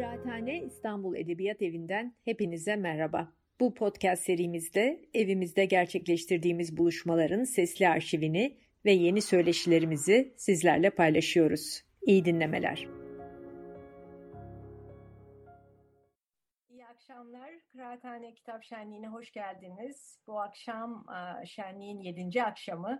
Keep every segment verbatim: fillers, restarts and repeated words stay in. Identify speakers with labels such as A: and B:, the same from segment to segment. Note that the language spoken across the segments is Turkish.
A: Kıraathane İstanbul Edebiyat Evi'nden hepinize merhaba. Bu podcast serimizde evimizde gerçekleştirdiğimiz buluşmaların sesli arşivini ve yeni söyleşilerimizi sizlerle paylaşıyoruz. İyi dinlemeler. İyi akşamlar. Kıraathane Kitap Şenliği'ne hoş geldiniz. Bu akşam şenliğin yedinci akşamı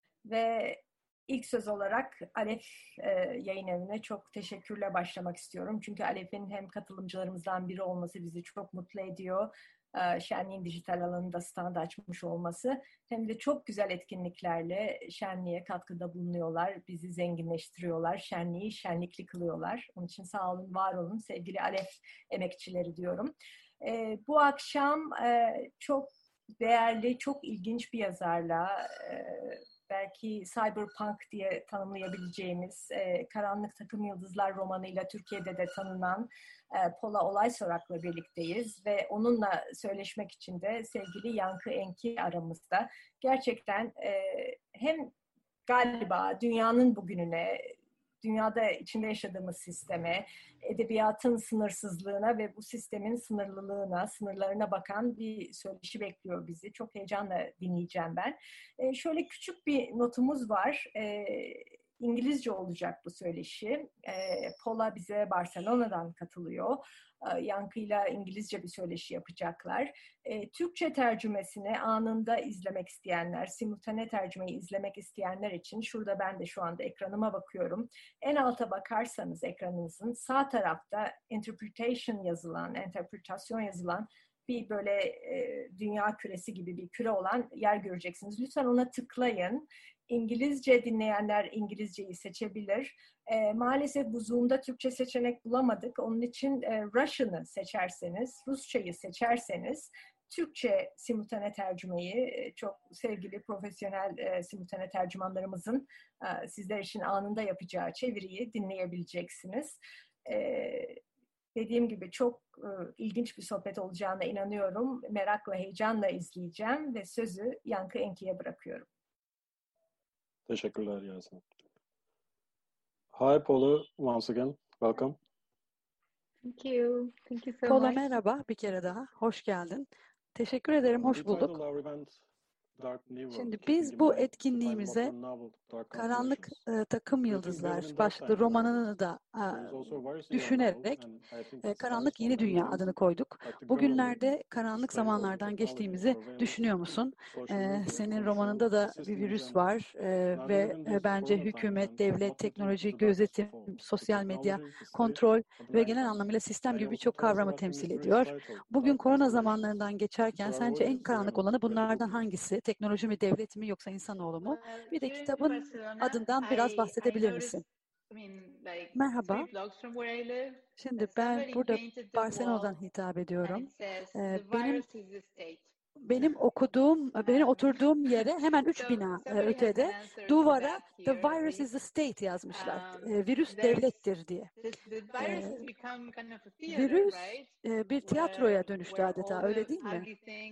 A: ve İlk söz olarak Alef e, Yayın Evi'ne çok teşekkürle başlamak istiyorum. Çünkü Alef'in hem katılımcılarımızdan biri olması bizi çok mutlu ediyor. E, şenliğin dijital alanında stand açmış olması. Hem de çok güzel etkinliklerle şenliğe katkıda bulunuyorlar. Bizi zenginleştiriyorlar. Şenliği şenlikli kılıyorlar. Onun için sağ olun, var olun sevgili Alef emekçileri diyorum. E, bu akşam e, çok değerli, çok ilginç bir yazarla... E, belki cyberpunk diye tanımlayabileceğimiz e, Karanlık Takım Yıldızlar romanıyla Türkiye'de de tanınan e, Pola Olaysorak'la birlikteyiz ve onunla söyleşmek için de sevgili Yankı Enki aramızda. Gerçekten e, hem galiba dünyanın bugününe, dünyada içinde yaşadığımız sisteme, edebiyatın sınırsızlığına ve bu sistemin sınırlılığına, sınırlarına bakan bir söyleşi bekliyor bizi. Çok heyecanla dinleyeceğim ben. E, şöyle küçük bir notumuz var. E, İngilizce olacak bu söyleşi. E, Pola bize Barcelona'dan katılıyor. E, Yankı'yla İngilizce bir söyleşi yapacaklar. E, Türkçe tercümesini anında izlemek isteyenler, simultane tercümeyi izlemek isteyenler için şurada ben de şu anda ekranıma bakıyorum. En alta bakarsanız ekranınızın sağ tarafta interpretation yazılan, interpretasyon yazılan bir böyle e, dünya küresi gibi bir küre olan yer göreceksiniz. Lütfen ona tıklayın. İngilizce dinleyenler İngilizceyi seçebilir. E, maalesef bu Zoom'da Türkçe seçenek bulamadık. Onun için e, Russian'ı seçerseniz, Rusçayı seçerseniz Türkçe simultane tercümeyi çok sevgili profesyonel e, simultane tercümanlarımızın e, sizler için anında yapacağı çeviriyi dinleyebileceksiniz. E, dediğim gibi çok e, ilginç bir sohbet olacağına inanıyorum. Merakla, heyecanla izleyeceğim ve sözü Yankı Enki'ye bırakıyorum.
B: Teşekkürler Yasemin. Hi Paula, once again, welcome.
C: Thank you. Thank you so
D: Paula
C: much.
D: merhaba, bir kere daha. Hoş geldin. Teşekkür ederim, hoş bulduk. Şimdi biz bu etkinliğimize Karanlık e, Takım Yıldızlar başlıklı romanını da e, düşünerek e, Karanlık Yeni Dünya adını koyduk. Bugünlerde karanlık zamanlardan geçtiğimizi düşünüyor musun? E, senin romanında da bir virüs var e, ve e, bence hükümet, devlet, teknoloji, gözetim, sosyal medya, kontrol ve genel anlamıyla sistem gibi birçok kavramı temsil ediyor. Bugün korona zamanlarından geçerken sence en karanlık olanı bunlardan hangisi? Teknoloji mi, devlet mi yoksa insanoğlu mu? Bir de kitabın adından biraz bahsedebilir misin? Merhaba. Şimdi ben burada Barcelona'dan hitap ediyorum. Ee, benim benim okuduğum, benim oturduğum yere hemen üç bina e, ötede duvara "The virus is the state" yazmışlar. E, virüs devlettir diye. E, virüs e, bir tiyatroya dönüştü adeta, öyle değil mi?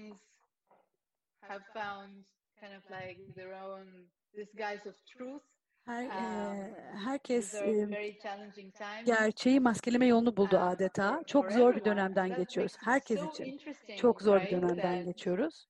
D: Her, e, herkes e, gerçeği maskeleme yolunu buldu adeta. Çok zor bir dönemden geçiyoruz. Herkes için çok zor bir dönemden geçiyoruz.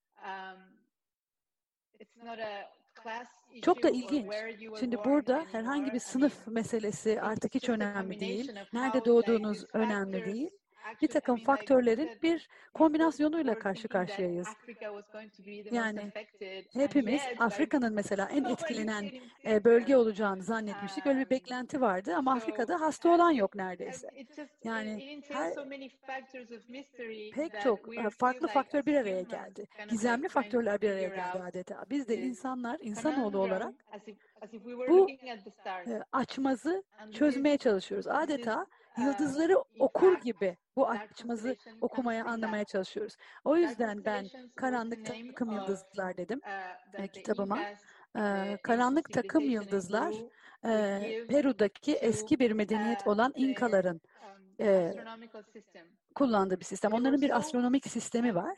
D: Çok da ilginç. Şimdi burada herhangi bir sınıf meselesi artık hiç önemli değil. Nerede doğduğunuz önemli değil. Bir takım faktörlerin bir kombinasyonuyla karşı karşıyayız. Yani hepimiz Afrika'nın mesela en etkilenen bölge olacağını zannetmiştik. Öyle bir beklenti vardı ama Afrika'da hasta olan yok neredeyse. Yani her, pek çok farklı faktör bir araya geldi. Gizemli faktörler bir araya geldi adeta. Biz de insanlar, insanoğlu olarak bu açmazı çözmeye çalışıyoruz. Adeta yıldızları okur gibi bu açmazı okumaya, anlamaya çalışıyoruz. O yüzden ben Karanlık Takım Yıldızlar dedim e, kitabıma. E, Karanlık Takım Yıldızlar e, Peru'daki eski bir medeniyet olan İnkaların e, kullandığı bir sistem. Onların bir astronomik sistemi var.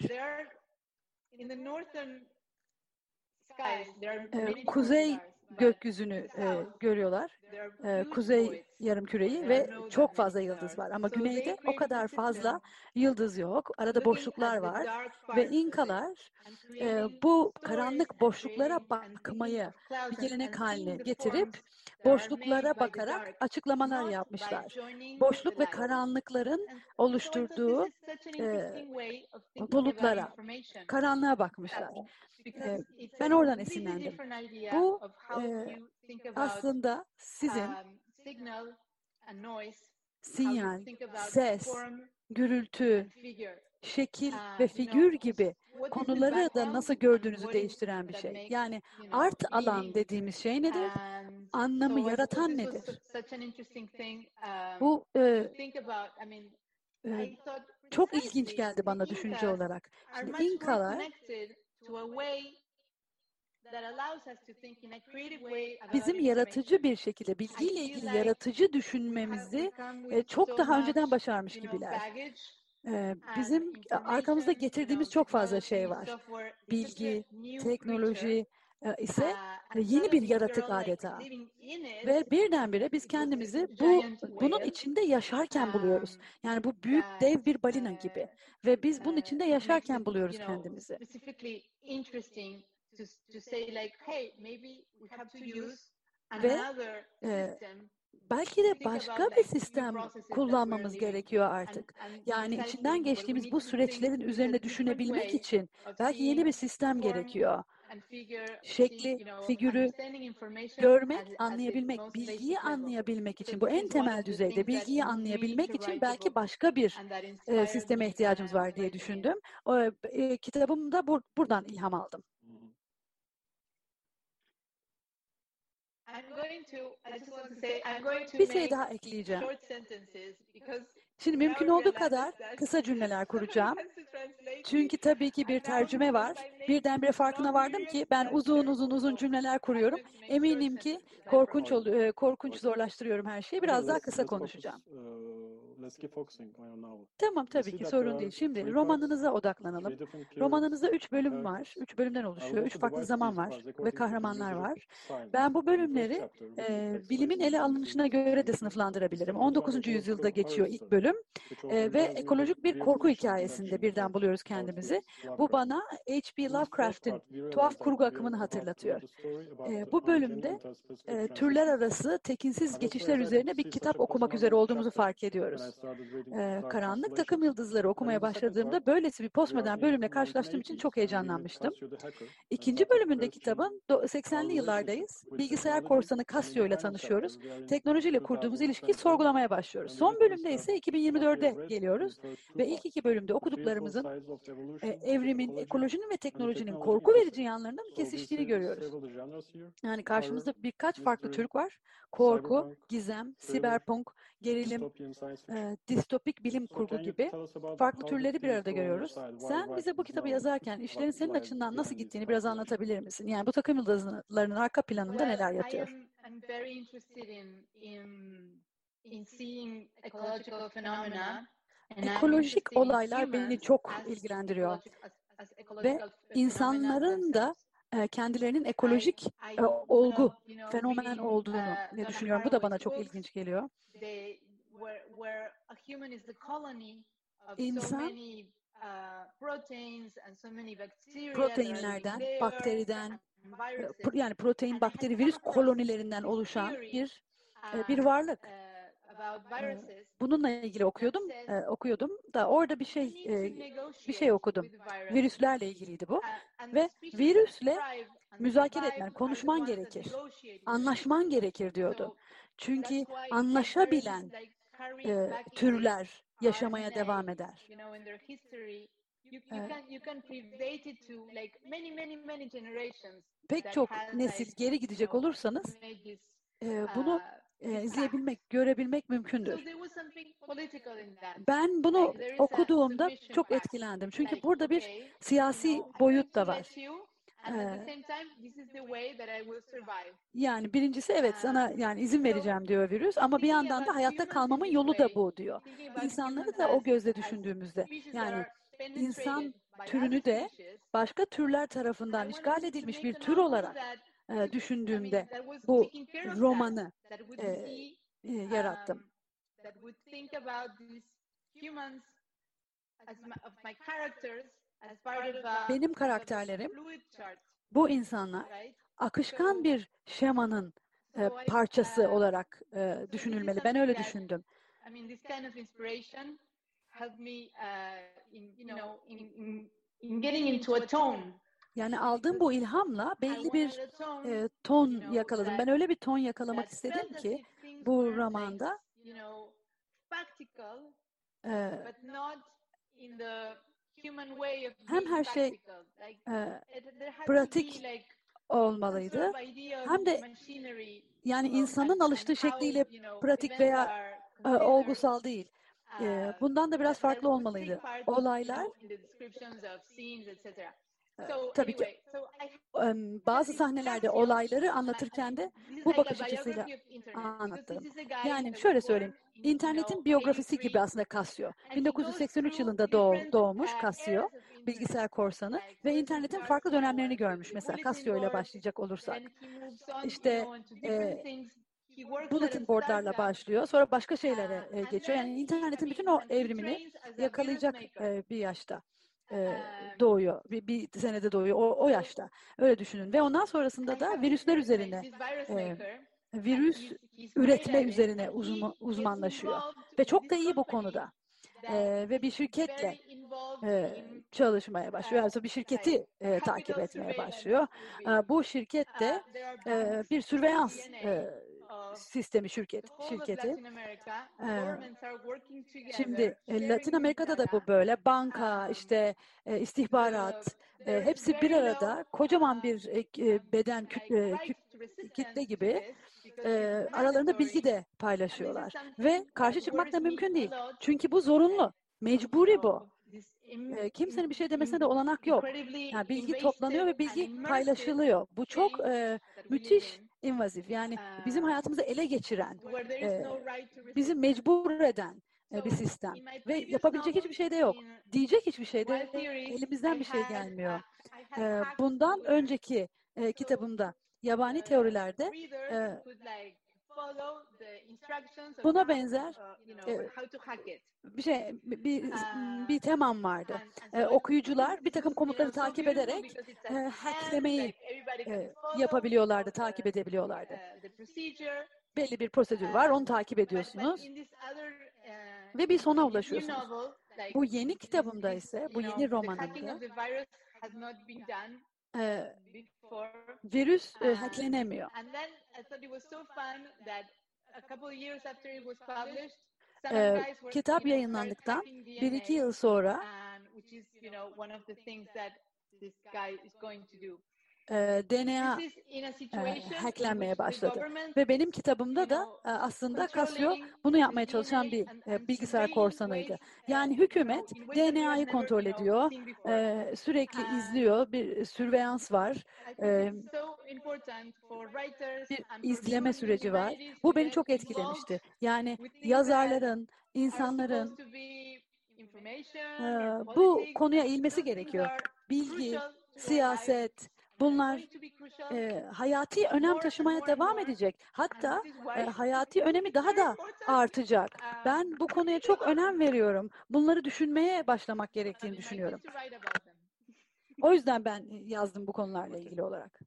D: E, kuzey gökyüzünü e, görüyorlar. E, kuzey yarımküreyi ve çok fazla yıldız var. Ama güneyde o kadar fazla yıldız yok. Arada boşluklar var ve İnkalar e, bu karanlık boşluklara bakmayı bir gelenek haline getirip boşluklara bakarak açıklamalar yapmışlar. Boşluk ve karanlıkların oluşturduğu e, bulutlara, karanlığa bakmışlar. E, ben oradan esinlendim. Bu e, aslında sizin sinyal, ses, gürültü, şekil ve figür gibi konuları da nasıl gördüğünüzü değiştiren bir şey. Yani art alan dediğimiz şey nedir? Anlamı yaratan nedir? Bu e, e, çok ilginç geldi bana düşünce olarak. Şimdi İnkalar bizim yaratıcı bir şekilde bilgiyle ilgili yaratıcı düşünmemizi e, çok daha önceden başarmış gibiler. E, bizim arkamızda getirdiğimiz çok fazla şey var. Bilgi, teknoloji e, ise yeni bir yaratık adeta. Ve birdenbire biz kendimizi bu bunun içinde yaşarken buluyoruz. Yani bu büyük dev bir balina gibi. Ve biz bunun içinde yaşarken buluyoruz kendimizi. Ve e, belki de başka bir sistem kullanmamız gerekiyor artık. Yani içinden geçtiğimiz bu süreçlerin üzerine düşünebilmek için belki yeni bir sistem gerekiyor. Şekli, figürü görmek, anlayabilmek, bilgiyi anlayabilmek için, bu en temel düzeyde bilgiyi anlayabilmek için belki başka bir e, sisteme ihtiyacımız var diye düşündüm. O, e, kitabımda bur buradan ilham aldım. Bir şey daha ekleyeceğim. Şimdi mümkün olduğu kadar kısa cümleler kuracağım. Çünkü tabii ki bir tercüme var. Birdenbire farkına vardım ki ben uzun uzun uzun cümleler kuruyorum. Eminim ki korkunç oluyor, korkunç zorlaştırıyorum her şeyi. Biraz daha kısa konuşacağım. Tamam, tabii ki sorun değil. Şimdi romanınıza odaklanalım. Romanınızda üç bölüm var. Üç bölümden oluşuyor. Üç farklı zaman var ve kahramanlar var. Ben bu bölümleri e, bilimin ele alınışına göre de sınıflandırabilirim. on dokuzuncu yüzyılda geçiyor ilk bölüm e, ve ekolojik bir korku hikayesinde birden buluyoruz kendimizi. Bu bana H P Lovecraft'in tuhaf kurgu akımını hatırlatıyor. E, bu bölümde e, türler arası tekinsiz geçişler üzerine bir kitap okumak üzere olduğumuzu fark ediyoruz. E, Karanlık Takım Yıldızları okumaya başladığımda böylesi bir postmodern bölümle karşılaştığım için çok heyecanlanmıştım. İkinci bölümünde kitabın seksenli yıllardayız. Bilgisayar korsanı Casio ile tanışıyoruz. Teknolojiyle kurduğumuz ilişkiyi sorgulamaya başlıyoruz. Son bölümde ise iki bin yirmi dörde geliyoruz ve ilk iki bölümde okuduklarımızın e, evrimin, ekolojinin ve teknolojinin korku verici yanlarının kesiştiğini görüyoruz. Yani karşımızda birkaç farklı tür var. Korku, gizem, siberpunk, gerilim, e, distopik bilim kurgu gibi farklı türleri bir arada görüyoruz. Sen bize bu kitabı yazarken işlerin senin açından nasıl gittiğini biraz anlatabilir misin? Yani bu takım yıldızlarının arka planında neler yatıyor? Ekolojik olaylar beni çok ilgilendiriyor ve insanların da kendilerinin ekolojik e, olgu, fenomen olduğunu ne düşünüyorum. Bu da bana çok ilginç geliyor. İnsan proteinlerden, bakteriden, yani protein, bakteri, virüs kolonilerinden oluşan bir bir varlık. Bununla ilgili okuyordum, okuyordum da orada bir şey bir şey okudum. Virüslerle ilgiliydi bu ve virüsle müzakere etmen, konuşman gerekir, anlaşman gerekir diyordu. Çünkü anlaşabilen e, türler yaşamaya devam eder. Pek çok nesil geri gidecek olursanız e, bunu e, izleyebilmek, görebilmek mümkündür. Ben bunu okuduğumda çok etkilendim. Çünkü burada bir siyasi boyut da var. Yani birincisi evet sana yani izin vereceğim diyor virüs ama bir yandan da hayatta kalmamın yolu da bu diyor. İnsanları da o gözle düşündüğümüzde yani insan türünü de başka türler tarafından işgal edilmiş bir tür olarak e, düşündüğümde bu romanı e, e, yarattım.
C: That would think about these humans as my, of my characters as part of a,
D: Benim karakterlerim, bu insanlar akışkan bir şemanın e, parçası olarak e, düşünülmeli. Ben öyle düşündüm.
C: I mean, this kind of inspiration helped me uh, in, you know, in, in, in getting into a tone.
D: Yani aldığım bu ilhamla belli bir e, ton yakaladım. Ben öyle bir ton yakalamak istedim ki bu romanda e, hem her şey e, pratik olmalıydı, hem de yani insanın alıştığı şekliyle pratik veya e, olgusal değil. E, bundan da biraz farklı olmalıydı. Olaylar tabii ki bazı sahnelerde olayları anlatırken de bu bakış açısıyla anlattım. Yani şöyle söyleyeyim, internetin biyografisi gibi aslında Casio. bin dokuz yüz seksen üç yılında doğ, doğmuş Casio, bilgisayar korsanı ve internetin farklı dönemlerini görmüş. Mesela Casio ile başlayacak olursak. İşte e, bulletin boardlarla başlıyor, sonra başka şeylere e, geçiyor. Yani internetin bütün o evrimini yakalayacak e, bir yaşta e, doğuyor. Bir, bir senede doğuyor. O, o yaşta. Öyle düşünün. Ve ondan sonrasında da virüsler üzerine e, virüs üretme üzerine uzman, uzmanlaşıyor. Ve çok da iyi bu konuda. E, ve bir şirketle e, çalışmaya başlıyor. Yani bir şirketi e, takip etmeye başlıyor. E, bu şirkette e, bir sürveyans e, sistemi şirket şirketi. Ee, şimdi Latin Amerika'da da bu böyle. Banka, işte e, istihbarat, e, hepsi bir arada kocaman bir e, beden kütle, kitle gibi e, aralarında bilgi de paylaşıyorlar. Ve karşı çıkmak da mümkün değil. Çünkü bu zorunlu. Mecburi bu. E, kimsenin bir şey demesine de olanak yok. Yani bilgi toplanıyor ve bilgi paylaşılıyor. Bu çok e, müthiş invazif. Yani bizim hayatımızı ele geçiren, e, bizi mecbur eden e, bir sistem. Ve yapabilecek hiçbir şey de yok. Diyecek hiçbir şey de elimizden bir şey gelmiyor. E, bundan önceki e, kitabımda Yabani Teorilerde e, buna benzer e, bir şey, bir, bir temam vardı. E, okuyucular bir takım komutları takip ederek e, hacklemeyi e, yapabiliyorlardı, takip edebiliyorlardı. Belli bir prosedür var, onu takip ediyorsunuz ve bir sona ulaşıyorsunuz. Bu yeni kitabımda ise, bu yeni romanımda e, virüs e, hacklenemiyor. Ee, kitap yayınlandıktan bir iki yıl sonra e, D N A e, hacklenmeye başladı. Ve benim kitabımda da e, aslında Casio bunu yapmaya çalışan bir e, bilgisayar korsanıydı. Yani hükümet D N A'yı kontrol ediyor, e, sürekli izliyor, bir sürveyans var, e, bir izleme süreci var. Bu beni çok etkilemişti. Yani yazarların, insanların e, bu konuya eğilmesi gerekiyor. Bilgi, siyaset, bunlar e, hayati önem taşımaya devam edecek. Hatta e, hayati önemi daha da artacak. Ben bu konuya çok önem veriyorum. Bunları düşünmeye başlamak gerektiğini düşünüyorum. O yüzden ben yazdım bu konularla ilgili olarak.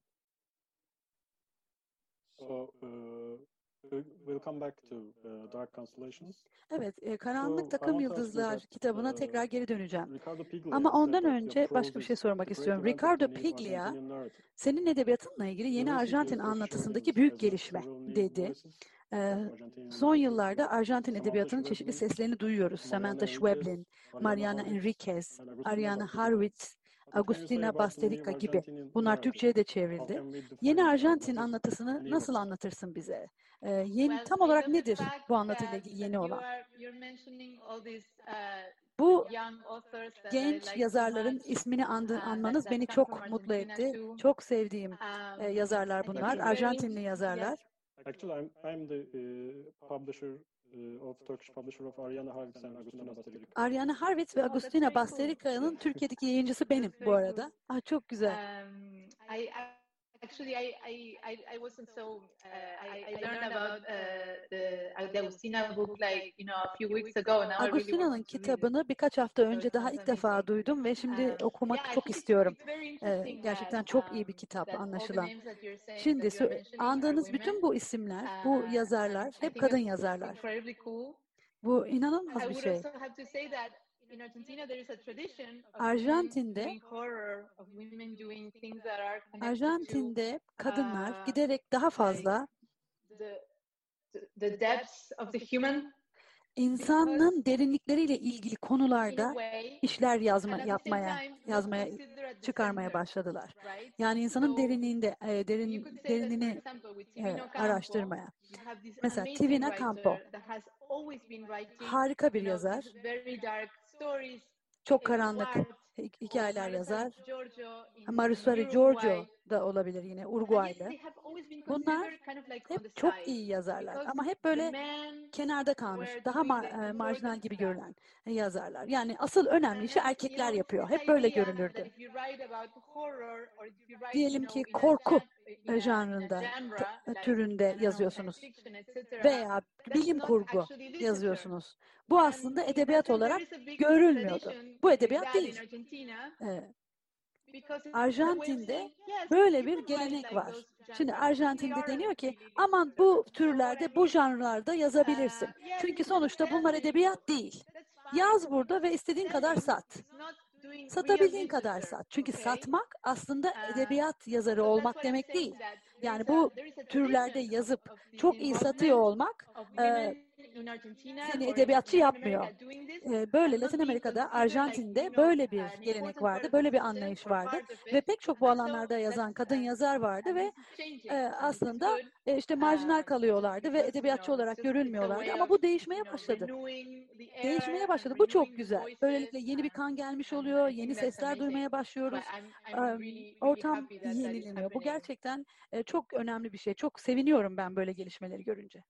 B: So, uh, we'll come back to uh, Dark Constellations.
D: Evet, e, Karanlık Takım Yıldızlar kitabına tekrar geri döneceğim. Ama ondan önce başka bir şey sormak istiyorum. Ricardo Piglia, senin edebiyatınla ilgili yeni Arjantin anlatısındaki büyük gelişme dedi. Ee, son yıllarda Arjantin edebiyatının çeşitli seslerini duyuyoruz. Samantha Schweblin, Mariana Enriquez, Ariana Harwitz, Agustina Basterica gibi. Bunlar Türkçe'ye de çevrildi. Yeni Arjantin anlatısını nasıl anlatırsın bize? Ee, yeni, tam olarak nedir bu anlatıyla ilgili yeni olan? Bu genç yazarların ismini andı, anmanız beni çok mutlu etti. Çok sevdiğim e, yazarlar bunlar. Arjantinli yazarlar.
B: Actually, I'm, I'm the uh, publisher uh, of Turkish publisher of Ariana Harwitz and Agustina Basterica.
D: Ariana Harwitz ve Agustina Basterica'nın Türkiye'deki yayıncısı benim bu arada. Ah, çok güzel.
C: Um, I, I, actually, I, I, I wasn't so. Uh, I, I learned about uh, the
D: Agustina'nın kitabını birkaç hafta önce daha ilk defa duydum ve şimdi okumak çok istiyorum. Ee, gerçekten çok iyi bir kitap anlaşılan. Şimdi andığınız bütün bu isimler, bu yazarlar hep kadın yazarlar. Bu inanılmaz bir şey. Arjantin'de Arjantin'de kadınlar giderek daha fazla insanın derinlikleriyle ilgili konularda işler yazma, yapmaya, yazmaya, çıkarmaya başladılar. Yani insanın derinliğinde, derin, derinini araştırmaya. Mesela Tivina Campo, harika bir yazar. Çok karanlık hikayeler yazar. Marusari Giorgio da olabilir yine, Uruguaylı. Bunlar hep çok iyi yazarlar ama hep böyle kenarda kalmış, daha mar- marjinal gibi görülen yazarlar. Yani asıl önemli işi erkekler yapıyor. Hep böyle görülürdü. Diyelim ki korku janrında, türünde yazıyorsunuz veya bilim kurgu yazıyorsunuz. Bu aslında edebiyat olarak görülmüyordu. Bu edebiyat değil. Evet. Arjantin'de böyle bir gelenek var. Şimdi Arjantin'de deniyor ki aman bu türlerde, bu janrlarda yazabilirsin. Çünkü sonuçta bunlar edebiyat değil. Yaz burada ve istediğin kadar sat. Satabildiğin kadar sat. Çünkü satmak aslında edebiyat yazarı olmak demek değil. Yani bu türlerde yazıp çok iyi satıyor olmak e, seni edebiyatçı yapmıyor. E, böyle Latin Amerika'da, Arjantin'de böyle bir gelenek vardı, böyle bir anlayış vardı ve pek çok bu alanlarda yazan kadın yazar vardı ve e, aslında e, işte marjinal kalıyorlardı ve edebiyatçı olarak görülmüyorlardı ama bu değişmeye başladı. Değişmeye başladı. Bu çok güzel. Böylelikle yeni bir kan gelmiş oluyor, yeni sesler duymaya başlıyoruz. Ortam yenileniyor. Bu gerçekten çok önemli bir şey. Çok seviniyorum ben böyle gelişmeleri görünce.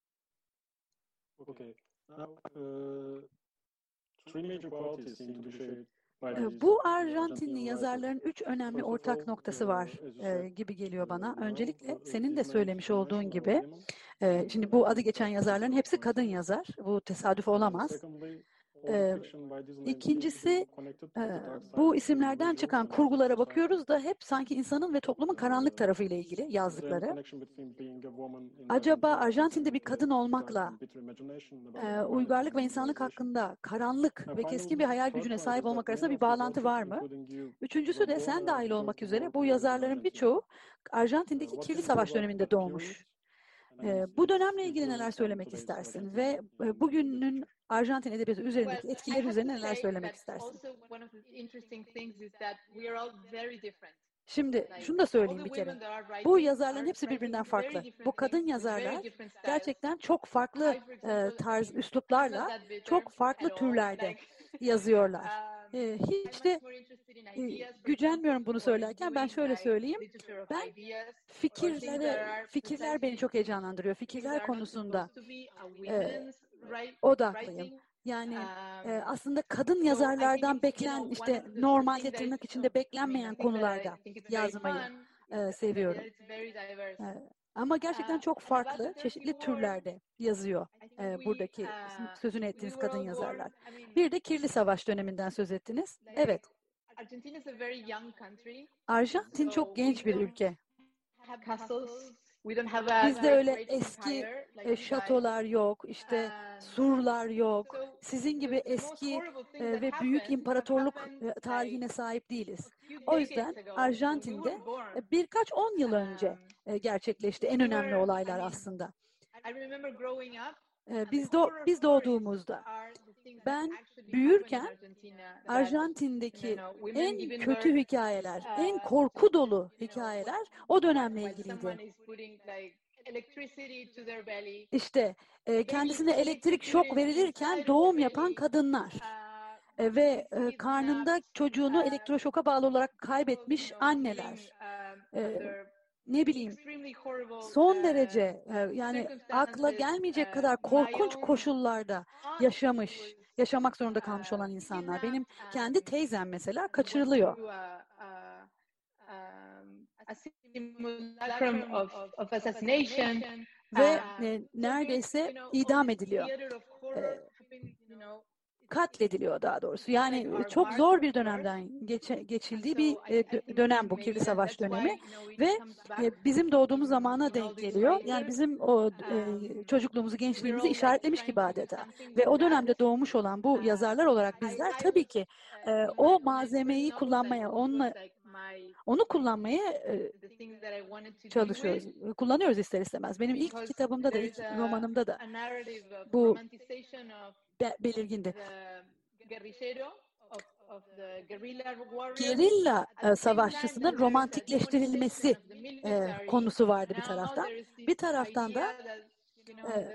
B: Okay. Now, uh, three major qualities seem to be shared.
D: Bu Arjantinli yazarların üç önemli ortak noktası var e, gibi geliyor bana. Öncelikle senin de söylemiş olduğun gibi, e, şimdi bu adı geçen yazarların hepsi kadın yazar. Bu tesadüf olamaz. E, ikincisi, e, bu isimlerden çıkan kurgulara bakıyoruz da hep sanki insanın ve toplumun karanlık tarafıyla ilgili yazdıkları. Acaba Arjantin'de bir kadın olmakla e, uygarlık ve insanlık hakkında karanlık ve keskin bir hayal gücüne sahip olmak arasında bir bağlantı var mı? Üçüncüsü de sen dahil olmak üzere bu yazarların birçoğu Arjantin'deki kirli savaş döneminde doğmuş. E, bu dönemle ilgili neler söylemek istersin ve e, bugünün Arjantin edebiyatı üzerindeki etkileri üzerine neler söylemek istersin? Şimdi şunu da söyleyeyim bir kere. Bu yazarların hepsi birbirinden farklı. Bu kadın yazarlar gerçekten çok farklı e, tarz, üsluplarla çok farklı türlerde yazıyorlar. E, hiç de e, gücenmiyorum bunu söylerken. Ben şöyle söyleyeyim. Ben fikirlere, fikirler beni çok heyecanlandırıyor. Fikirler konusunda e, odaklıyım. Yani e, aslında kadın yazarlardan beklen, işte normalde tırnak içinde beklenmeyen konularda yazmayı e, seviyorum. E, ama gerçekten çok farklı, çeşitli türlerde yazıyor e, buradaki sözünü ettiğiniz kadın yazarlar. Bir de kirli savaş döneminden söz ettiniz. Evet. Arjantin çok genç bir ülke. Bizde öyle eski e, şatolar yok, işte surlar yok. Sizin gibi eski e, ve büyük imparatorluk e, tarihine sahip değiliz. O yüzden Arjantin'de e, birkaç on yıl önce e, gerçekleşti en önemli olaylar aslında. E, biz, do biz doğduğumuzda, ben büyürken Arjantin'deki en kötü hikayeler, en korku dolu hikayeler o dönemle ilgiliydi. İşte e, kendisine elektrik şok verilirken doğum yapan kadınlar e, ve e, karnında çocuğunu elektroşoka bağlı olarak kaybetmiş anneler. E, ne bileyim, son derece e, yani akla gelmeyecek kadar korkunç koşullarda yaşamış, yaşamak zorunda kalmış olan insanlar. Benim kendi teyzem mesela kaçırılıyor. ve e, neredeyse idam ediliyor. E, katlediliyor daha doğrusu. Yani çok zor bir dönemden geçe, geçildiği bir e, dönem bu kirli savaş dönemi ve e, bizim doğduğumuz zamana denk geliyor. Yani bizim o e, çocukluğumuzu, gençliğimizi işaretlemiş gibi adeta. Ve o dönemde doğmuş olan bu yazarlar olarak bizler tabii ki e, o malzemeyi kullanmaya, onunla onu kullanmaya e, çalışıyoruz. Kullanıyoruz ister istemez. Benim ilk kitabımda da, ilk romanımda da bu be, belirgindi. Gerilla e, savaşçısının romantikleştirilmesi e, konusu vardı bir taraftan. Bir taraftan da e,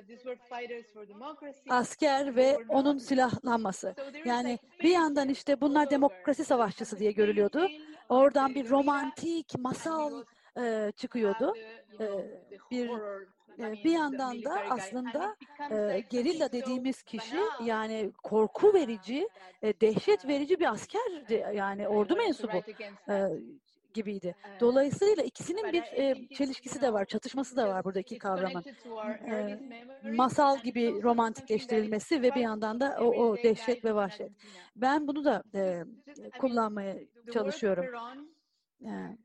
D: asker ve onun silahlanması. Yani bir yandan işte bunlar demokrasi savaşçısı diye görülüyordu. Oradan bir romantik, masal e, çıkıyordu. E, bir Bir yandan da aslında e, gerilla dediğimiz kişi yani korku verici, e, dehşet verici bir askerdi. Yani ordu mensubu e, gibiydi. Dolayısıyla ikisinin bir e, çelişkisi de var, çatışması da var buradaki kavramın. E, masal gibi romantikleştirilmesi ve bir yandan da o, o dehşet ve vahşet. Ben bunu da e, kullanmaya çalışıyorum. E,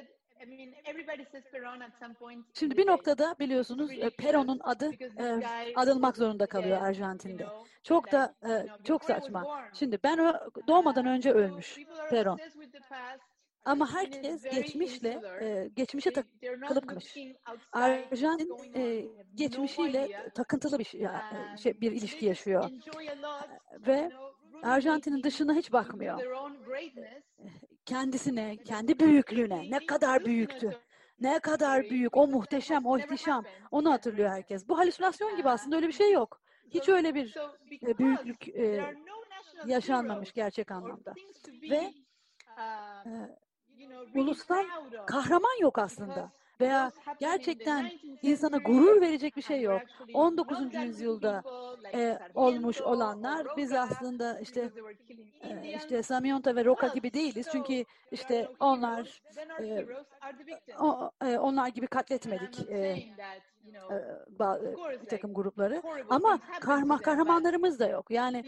D: Şimdi bir noktada biliyorsunuz Perón'un adı e, anılmak zorunda kalıyor Arjantin'de. Çok da e, çok saçma. Şimdi ben doğmadan önce ölmüş Perón. Ama herkes geçmişle, e, geçmişe takılıp kalmış. Arjantin e, geçmişiyle takıntılı bir şey, şey, bir ilişki yaşıyor. Ve Arjantin'in dışına hiç bakmıyor. Kendisine, kendi büyüklüğüne, ne kadar büyüktü. Ne kadar büyük, o muhteşem, o ihtişam. Onu hatırlıyor herkes. Bu halüsinasyon gibi aslında, öyle bir şey yok. Hiç öyle bir e, büyüklük e, yaşanmamış gerçek anlamda. Ve e, ulusal kahraman yok aslında. Veya gerçekten insana gurur verecek bir şey yok. on dokuzuncu yüzyılda e, olmuş olanlar, biz aslında işte e, işte Samionta ve Roca gibi değiliz. Çünkü işte onlar e, o, e, onlar gibi katletmedik e, e, bir takım grupları. Ama kahraman, kahramanlarımız da yok. Yani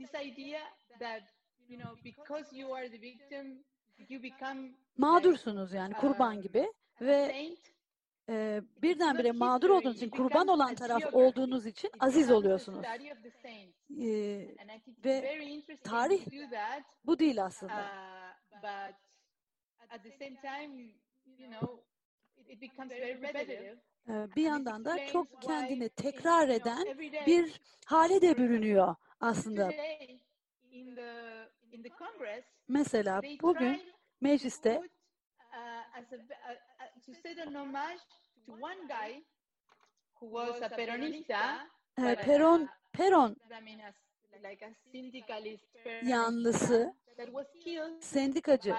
D: mağdursunuz yani, kurban gibi ve e, birdenbire mağdur olduğunuz için, kurban olan taraf olduğunuz için aziz oluyorsunuz. E, ve tarih bu değil aslında. Bir yandan da çok kendini tekrar eden bir hale de bürünüyor aslında. Mesela bugün mecliste Perón Perón yanlısı, sendikacı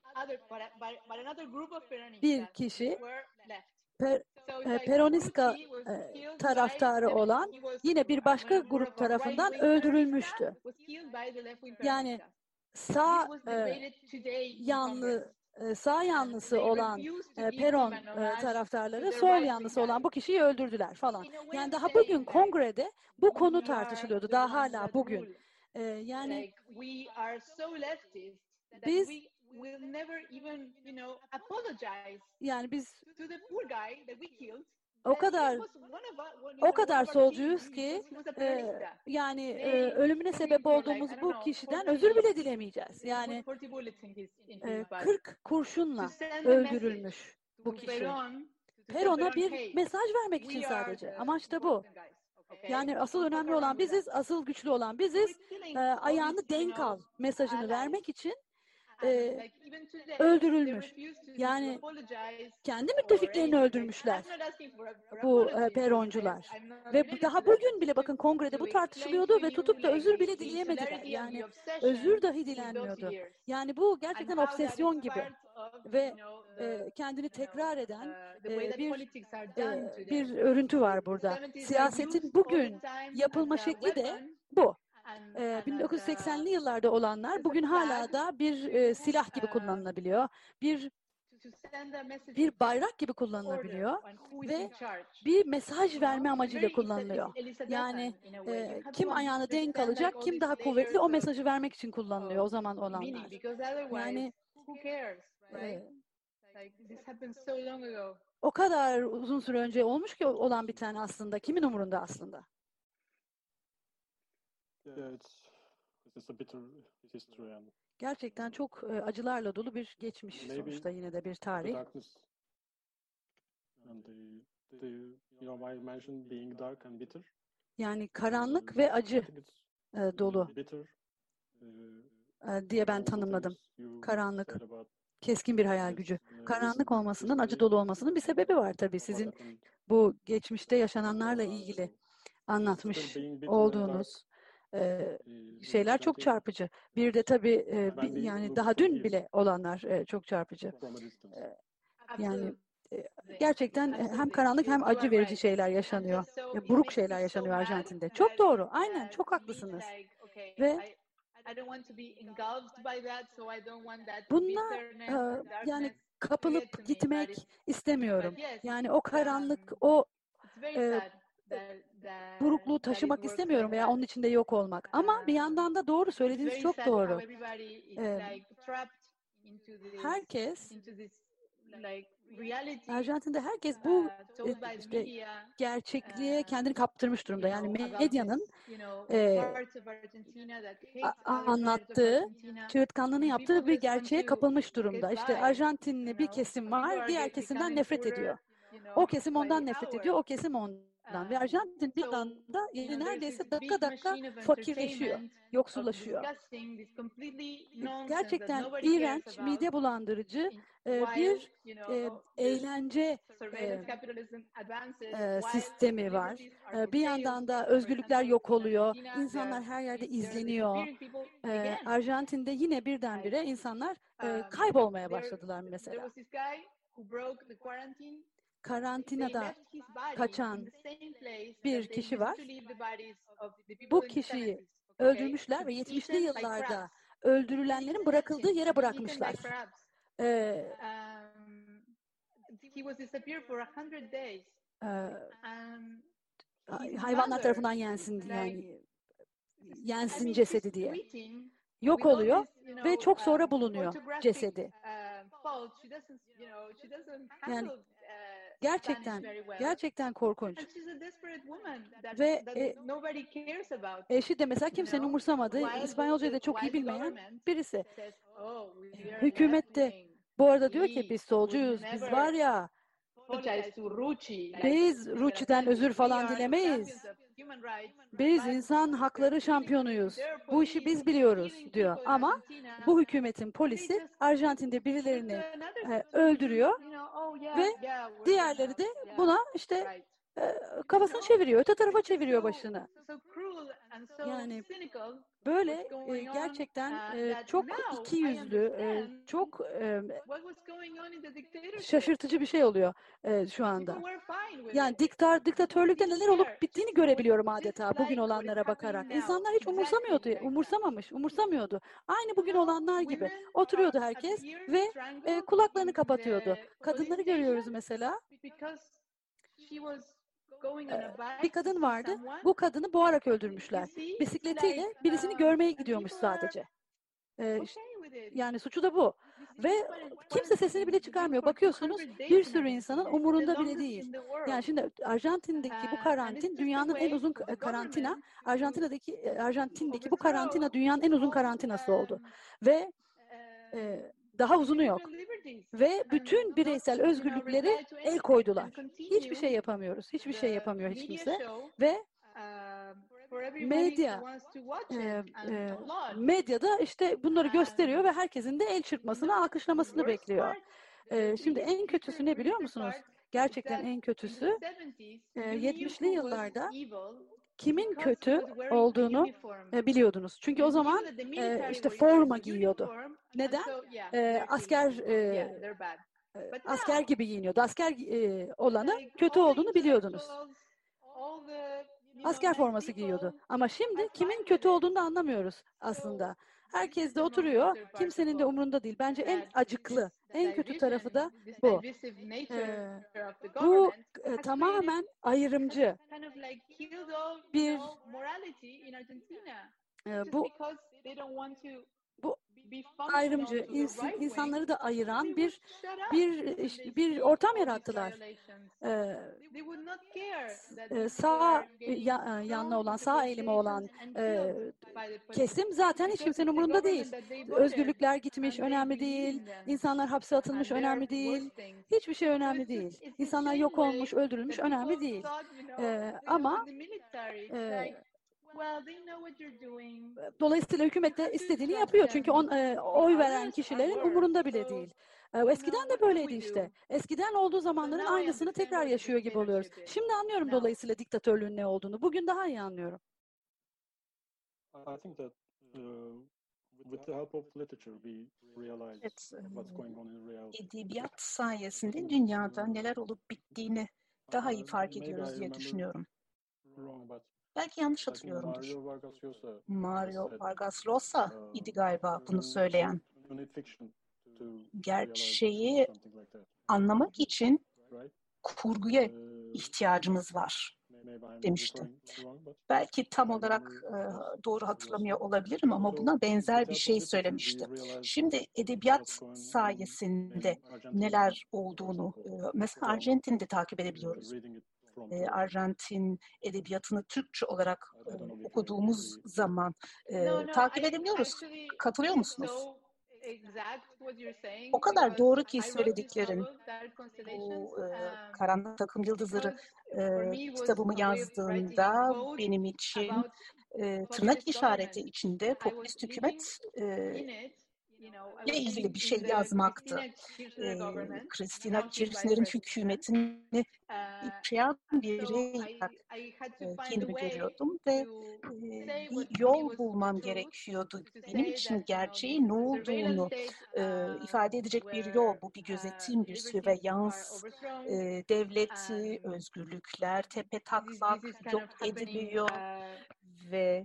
D: bir kişi, per, Peronistka taraftarı olan yine bir başka grup tarafından öldürülmüştü. Yani sağ e, yanlı sağ yanlısı olan Perón taraftarları sol yanlısı olan bu kişiyi öldürdüler falan. Yani daha bugün kongrede bu konu tartışılıyordu. Daha hala bugün. Yani biz yani biz o kadar o kadar solcuyuz ki e, yani e, ölümüne sebep olduğumuz bu kişiden özür bile dilemeyeceğiz. Yani e, kırk kurşunla öldürülmüş bu kişi. Perón'a bir mesaj vermek için sadece. Amaç da bu. Yani asıl önemli olan biziz, asıl güçlü olan biziz. E, ayağını denk al mesajını vermek için e, öldürülmüş. Yani kendi müttefiklerini öldürmüşler bu e, Peroncular. Ve daha bugün bile bakın kongrede bu tartışılıyordu ve tutup da özür bile dileyemediler. Yani özür dahi dilenmiyordu. Yani bu gerçekten obsesyon gibi ve e, kendini tekrar eden e, bir e, bir örüntü var burada. Siyasetin bugün yapılma şekli de bu. bin dokuz yüz seksenli yıllarda olanlar bugün hala da bir e, silah gibi kullanılabiliyor. Bir bir bayrak gibi kullanılabiliyor ve bir mesaj verme amacıyla kullanılıyor. Yani e, kim ayağını denk alacak, kim daha kuvvetli, o mesajı vermek için kullanılıyor o zaman olanlar. Yani e, o kadar uzun süre önce olmuş ki olan bir tane aslında. Kimin umurunda aslında? Gerçekten çok e, acılarla dolu bir geçmiş sonuçta, yine de bir tarih. Yani karanlık ve acı e, dolu e, diye ben tanımladım. Karanlık, keskin bir hayal gücü. Karanlık olmasının, acı dolu olmasının bir sebebi var tabii. Sizin bu geçmişte yaşananlarla ilgili anlatmış olduğunuz e, şeyler çok çarpıcı. Bir de tabii e, bir, yani daha dün bile olanlar e, çok çarpıcı. E, yani e, gerçekten hem karanlık hem acı verici şeyler yaşanıyor. E, buruk şeyler yaşanıyor Arjantin'de. Çok doğru. Aynen, çok haklısınız. Ve bununla e, yani kapılıp gitmek istemiyorum. Yani o karanlık, o e, burukluğu taşımak istemiyorum veya onun içinde yok olmak. Ama bir yandan da doğru, söylediğiniz çok doğru. Ee, herkes, Arjantin'de herkes bu işte gerçekliğe kendini kaptırmış durumda. Yani medyanın e, anlattığı, çığırtkanlığını yaptığı bir gerçeğe kapılmış durumda. İşte Arjantinli bir kesim var, diğer kesimden nefret ediyor. O kesim ondan nefret ediyor, o kesim ondan. Ve Arjantin bir anda yani neredeyse dakika dakika fakirleşiyor, yoksullaşıyor. Gerçekten iğrenç, mide bulandırıcı bir e, eğlence e, e, sistemi var. E, bir yandan da özgürlükler yok oluyor. İnsanlar her yerde izleniyor. E, Arjantin'de yine birdenbire insanlar e, kaybolmaya başladılar mesela. Karantinada kaçan bir kişi var. Bu kişiyi öldürmüşler ve yetmişli yıllarda öldürülenlerin bırakıldığı yere bırakmışlar. Ee, e, hayvanlar tarafından yensin yani yensin cesedi diye. Yok oluyor ve çok sonra bulunuyor cesedi. Yani gerçekten, gerçekten korkunç. Ve e, eşi de mesela kimsenin umursamadığı, İspanyolcayı da çok iyi bilmeyen birisi. Hükümet de bu arada diyor ki biz solcuyuz, biz var ya, biz Rucci'den özür falan dilemeyiz. Biz insan hakları şampiyonuyuz. Bu işi biz biliyoruz diyor. Ama bu hükümetin polisi Arjantin'de birilerini e, öldürüyor ve diğerleri de buna işte e, kafasını çeviriyor, öte tarafa çeviriyor başını. Yani böyle e, gerçekten e, çok ikiyüzlü, e, çok e, şaşırtıcı bir şey oluyor e, şu anda. Yani diktar, diktatörlükte neler olup bittiğini görebiliyorum adeta bugün olanlara bakarak. İnsanlar hiç umursamıyordu, umursamamış, umursamıyordu. Aynı bugün olanlar gibi. Oturuyordu herkes ve e, kulaklarını kapatıyordu. Kadınları görüyoruz mesela. Bir kadın vardı. Bu kadını boğarak öldürmüşler. Bisikletiyle birisini görmeye gidiyormuş sadece. Ee, yani suçu da bu. Ve kimse sesini bile çıkarmıyor. Bakıyorsunuz bir sürü insanın umurunda bile değil. Yani şimdi Arjantin'deki bu karantin dünyanın en uzun karantina. Arjantin'deki Arjantin'deki bu karantina dünyanın en uzun karantinası oldu. Ve e, daha uzunu yok. Ve bütün bireysel özgürlükleri el koydular. Hiçbir şey yapamıyoruz. Hiçbir şey yapamıyor hiç kimse. Ve medya e, e, medyada işte bunları gösteriyor ve herkesin de el çırpmasını, alkışlamasını bekliyor. E, şimdi en kötüsü ne biliyor musunuz? Gerçekten en kötüsü e, yetmişli yıllarda kimin kötü olduğunu e, biliyordunuz. Çünkü o zaman e, işte forma giyiyordu. Neden? E, asker e, asker gibi giyiniyordu. Asker e, olanı kötü olduğunu biliyordunuz. asker forması giyiyordu. Ama şimdi kimin kötü olduğunu da anlamıyoruz aslında. Herkes de oturuyor, kimsenin de umurunda değil. Bence en acıklı, en kötü tarafı da bu. Ee, bu e, tamamen ayrımcı bir e, bu bu ayrımcı insan, insanları da ayıran bir bir bir ortam yarattılar. Ee, sağ ya, yanlı olan, sağ eğilimi olan e, kesim zaten hiç kimsenin umurunda değil. Özgürlükler gitmiş, önemli değil. İnsanlar hapse atılmış, önemli değil. Hiçbir şey önemli değil. İnsanlar yok olmuş, öldürülmüş, önemli değil. Ee, ama e, dolayısıyla hükümet de istediğini yapıyor. Çünkü on, e, oy veren kişilerin umurunda bile değil. E, eskiden de böyleydi işte. Eskiden olduğu zamanların aynısını tekrar yaşıyor gibi oluyoruz. Şimdi anlıyorum dolayısıyla diktatörlüğün ne olduğunu. Bugün daha iyi anlıyorum.
B: I think that uh, with the help of literature we realize
E: Evet,
B: what's going on in reality.
E: edebiyat sayesinde dünyada neler olup bittiğini daha iyi fark ediyoruz diye düşünüyorum. Belki yanlış hatırlıyorumdur. Mario Vargas Llosa idi galiba bunu söyleyen. Gerçeği anlamak için kurguya ihtiyacımız var demişti. Belki tam olarak e, doğru hatırlamıyor olabilirim ama buna benzer bir şey söylemişti. Şimdi edebiyat sayesinde neler olduğunu, e, mesela Arjantin'de takip edebiliyoruz. E, Arjantin edebiyatını Türkçe olarak e, okuduğumuz zaman e, takip edebiliyoruz. Katılıyor musunuz? O kadar doğru ki söylediklerin. Bu e, Karanlık Takım Yıldızları e, kitabımı yazdığımda benim için e, tırnak işareti içinde popülist hükümet e, ile ilgili bir şey yazmaktı. E, Cristina Kirchner'in hükümetini yaşayan biri e, kendimi görüyordum ve e, bir yol bulmam gerekiyordu. Benim için gerçeğin ne olduğunu e, ifade edecek bir yol. Bu bir gözetim, bir sürveyans, e, devleti, özgürlükler tepe taklak yok ediliyor ve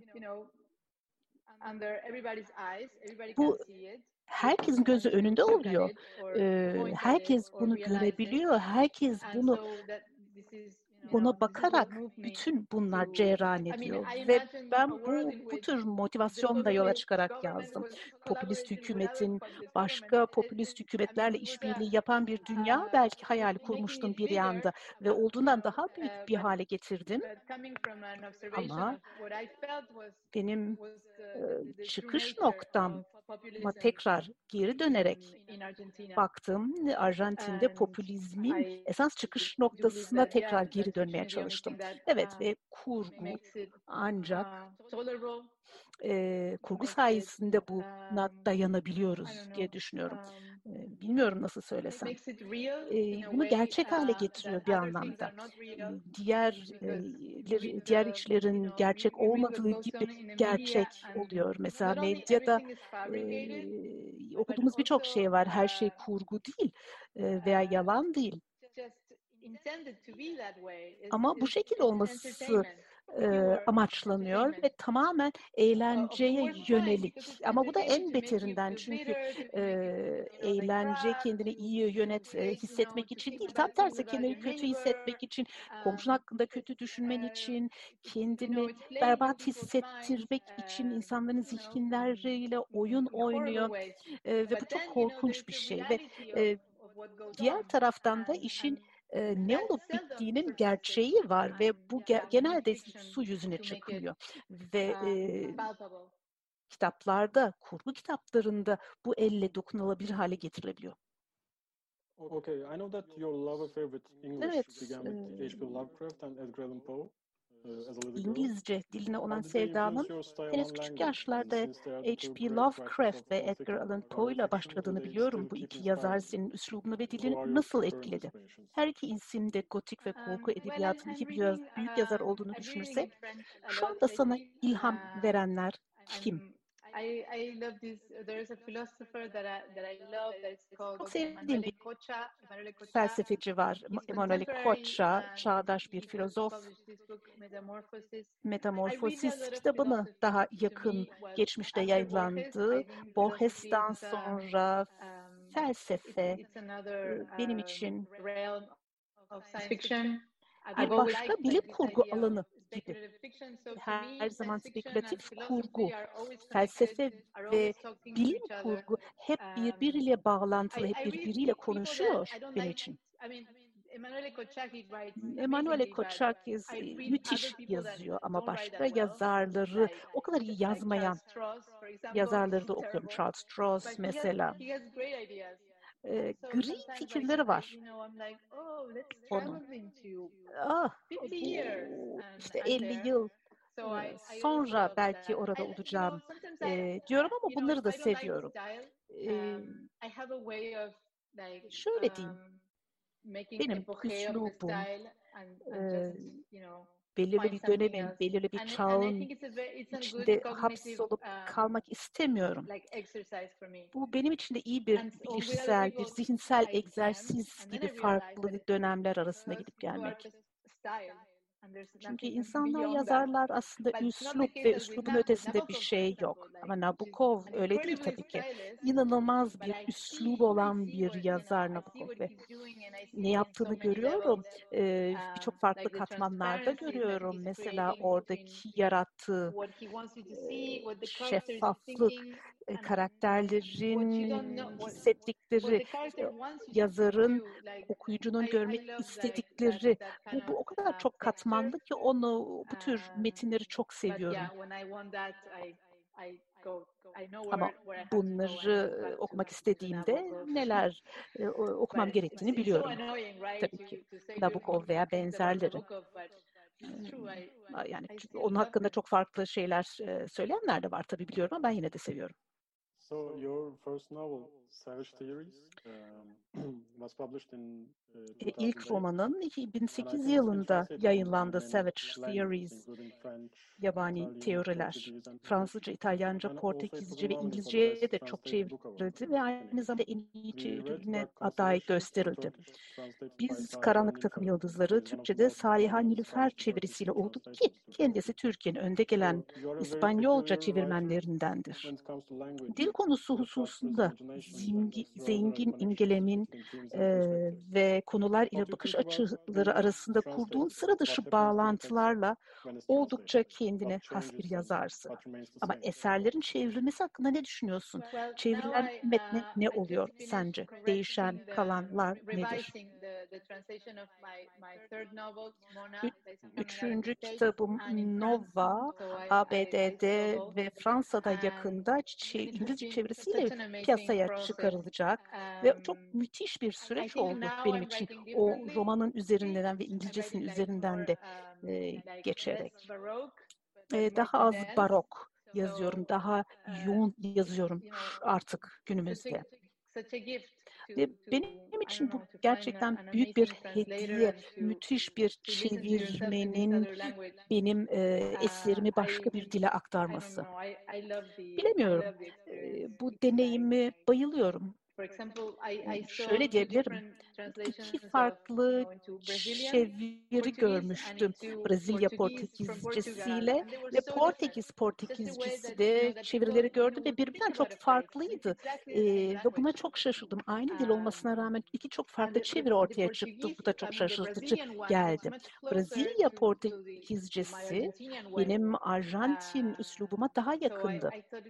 E: bu herkesin gözü önünde oluyor. Ee, herkes bunu görebiliyor. Herkes bunu ona bakarak bütün bunlar cereyan ediyor. Ve ben bu bu tür motivasyonla yola çıkarak yazdım. Popülist hükümetin başka popülist hükümetlerle işbirliği yapan bir dünya belki hayali kurmuştum bir yanda ve olduğundan daha büyük bir hale getirdim. Ama benim e, çıkış noktam ama tekrar geri dönerek baktım, Arjantin'de popülizmin esas çıkış noktasına tekrar geri dönmeye çalıştım. Evet ve kurgu ancak e, kurgu sayesinde buna dayanabiliyoruz diye düşünüyorum. E, bilmiyorum nasıl söylesem. E, bunu gerçek hale getiriyor bir anlamda. E, diğer e, diğer içlerin gerçek olmadığı gibi gerçek oluyor. Mesela medyada e, okuduğumuz birçok şey var. Her şey kurgu değil e, veya yalan değil. Ama bu şekilde olması e, amaçlanıyor ve tamamen eğlenceye yönelik. Ama bu da en beterinden çünkü e, eğlence kendini iyi yönet, e, hissetmek için değil. Tam tersi kendini kötü hissetmek için, komşun hakkında kötü düşünmen için, kendini berbat hissettirmek için insanların zihinleriyle oyun oynuyor. E, ve bu çok korkunç bir şey. Ve e, diğer taraftan da işin e, ne olup bittiğinin gerçeği var ve bu ge- genelde su yüzüne çıkmıyor ve e, kitaplarda, kurgu kitaplarında bu elle dokunulabilir hale getirilebiliyor.
B: Okay, I know that your love affair with English
E: Evet,
B: began with H P Lovecraft and Edgar Allan Poe.
E: İngilizce diline olan sevdanın henüz küçük yaşlarda H P Lovecraft ve Edgar Allan Poe ile başladığını biliyorum. Bu iki yazar senin üslubunu ve dilini nasıl etkiledi? Her iki isim de gotik ve korku edebiyatının iki büyük yazar olduğunu düşünürsek, şu anda sana ilham verenler kim?
C: I, I love this. There is a philosopher that I, that I love that is called
E: Çok sevdiğim
C: Emanuele
E: bir
C: Cocha. Emanuele Cocha.
E: felsefeci var. Emanuele Cocha,
C: um,
E: çağdaş bir
C: he
E: filozof.
C: published this book, Metamorphosis.
E: Metamorfosis kitabını daha yakın geçmişte yayınlandı. Borges'tan sonra felsefe benim için bir başka bilim kurgu alanı gibi. Her zaman spekülatif kurgu, felsefe ve bilim kurgu hep birbiriyle bağlantılı, hep birbiriyle konuşuyor benim için. Emanuele Koçakis müthiş yazıyor ama başka yazarları o kadar iyi yazmayan yazarları da okuyorum. Charles Stross mesela. E, gri fikirleri var. Onun. Ah, işte elli yıl sonra belki orada olacağım e, diyorum ama bunları da seviyorum. E, şöyle diyeyim. Benim üslubum e, belirli bir dönemin, belirli bir çağın içinde hapsolup kalmak istemiyorum. Bu benim için de iyi bir bilişsel, bir zihinsel egzersiz gibi farklı dönemler arasında gidip gelmek. Çünkü insanlar, yazarlar aslında üslup ve üslubun ötesinde bir şey yok. Ama Nabokov öyle değil tabii ki. İnanılmaz bir üslubu olan bir yazar Nabokov ve ne yaptığını görüyorum. Ee, Birçok farklı katmanlarda görüyorum. Mesela oradaki yarattığı e, şeffaflık, e, karakterlerin hissettikleri, yazarın, okuyucunun görmek istedikleri. Bu, bu o kadar çok katmanlı ki onu, bu tür metinleri çok seviyorum. Ama bunları okumak istediğimde neler e, okumam gerektiğini biliyorum. Tabii ki Nabokov veya benzerleri. Yani onun hakkında çok farklı şeyler söyleyenler de var tabii biliyorum ama ben yine de seviyorum.
B: So your first novel, Savage Theories, um, was published in uh,
E: İlk romanın iki bin sekiz yılında yayınlandı, Savage Theories, yabani teoriler. Fransızca, İtalyanca, Portekizce ve İngilizce'ye de çok çevrildi ve aynı zamanda en iyi çevirine aday gösterildi. Biz Karanlık Takım Yıldızları Türkçe'de Saliha Nilüfer çevirisiyle olduk ki kendisi Türkiye'nin önde gelen İspanyolca çevirmenlerindendir. Dil konusu hususunda zengin, zengin imgelemin e, ve konular ile bakış açıları arasında kurduğun sıra dışı bağlantılarla oldukça kendine has bir yazarsın. Ama eserlerin çevrilmesi hakkında ne düşünüyorsun? Çevrilen metne ne oluyor sence? Değişen kalanlar nedir? Üçüncü kitabım Nova, A B D'de ve Fransa'da yakında İngilizce çevirisiyle piyasaya çıkarılacak ve çok müthiş bir süreç oldu benim için. O romanın üzerinden ve İngilizcesinin üzerinden de e, geçerek. E, daha az barok yazıyorum, daha yoğun yazıyorum artık günümüzde. Ve benim için bu gerçekten büyük bir hediye, müthiş bir çevirmenin benim e, eserimi başka bir dile aktarması. Bilemiyorum, e, bu deneyimi bayılıyorum. Şöyle diyebilirim, iki farklı çeviri görmüştüm Brezilya Portekizcesiyle ve Portekiz Portekizcesi de çevirileri gördüm ve birbirinden çok farklıydı ee, ve buna çok şaşırdım. Aynı dil olmasına rağmen iki çok farklı çeviri ortaya çıktı. Bu da çok şaşırtıcı geldi. Brezilya Portekizcesi benim Arjantin üslubuma daha yakındı.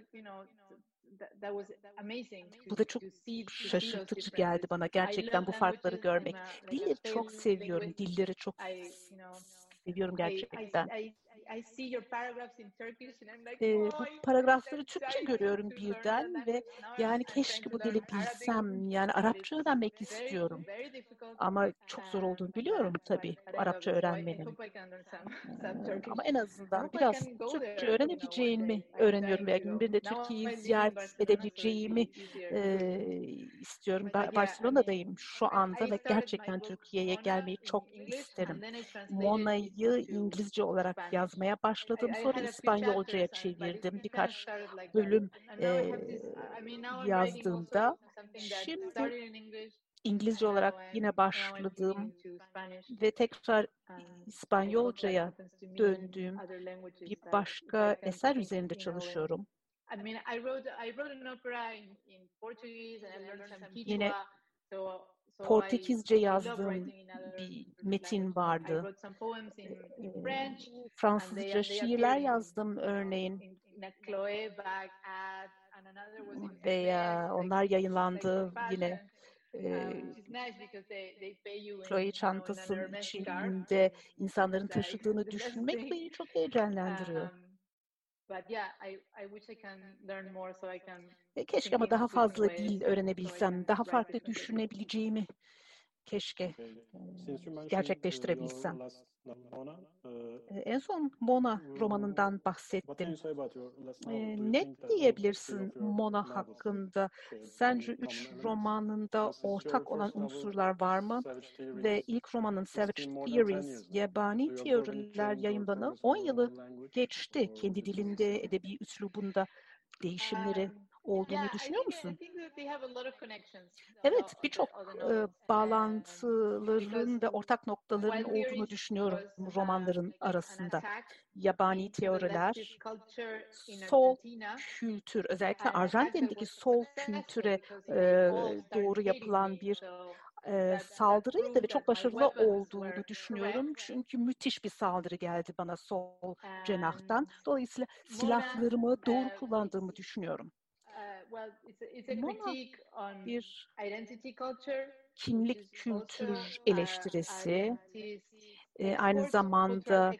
E: Bu da çok şaşırtıcı geldi bana gerçekten bu farkları görmek. Dilleri çok seviyorum, dilleri çok seviyorum gerçekten. Ee, bu paragrafları Türkçe görüyorum birden ve yani keşke bu dili bilsem, yani Arapça öğrenmek istiyorum. Ama çok zor olduğunu biliyorum tabii Arapça öğrenmenin. Ee, ama en azından biraz Türkçe öğrenebileceğimi öğreniyorum. Yani bir de Türkiye'yi ziyaret edebileceğimi e, istiyorum. Ben Barcelona'dayım şu anda ve gerçekten Türkiye'ye gelmeyi çok isterim. Mona'yı İngilizce olarak yaz yazmaya başladım. Sonra İspanyolcaya çevirdim. Birkaç bölüm e, yazdığımda şimdi İngilizce olarak yine başladım ve tekrar İspanyolcaya döndüğüm bir başka eser üzerinde çalışıyorum. Yine Portekizce yazdığım bir metin vardı. Fransızca şiirler yazdım örneğin. Veya onlar yayınlandı yine. Chloe çantasının içinde insanların taşıdığını düşünmek beni çok heyecanlandırıyor. Keşke ama daha fazla dil öğrenebilsem, daha farklı düşünebileceğimi keşke gerçekleştirebilsem. En son Mona romanından bahsettim. Ne diyebilirsin Mona hakkında? Sence üç romanında ortak olan unsurlar var mı? Ve ilk romanın Savage Theories, Yabani Teoriler yayımlanalı on yılı geçti. Kendi dilinde, edebi üslubunda değişimleri olduğunu düşünüyor musun? Evet, birçok e, bağlantıların ve ortak noktaların olduğunu düşünüyorum romanların arasında. Yabani teoriler, sol kültür, özellikle Arjantin'deki sol kültüre e, doğru yapılan bir e, saldırıydı ve çok başarılı olduğunu düşünüyorum. Çünkü müthiş bir saldırı geldi bana sol cenahtan. Dolayısıyla silahlarımı doğru kullandığımı düşünüyorum. Mona bir kimlik kültür eleştirisi, e, aynı zamanda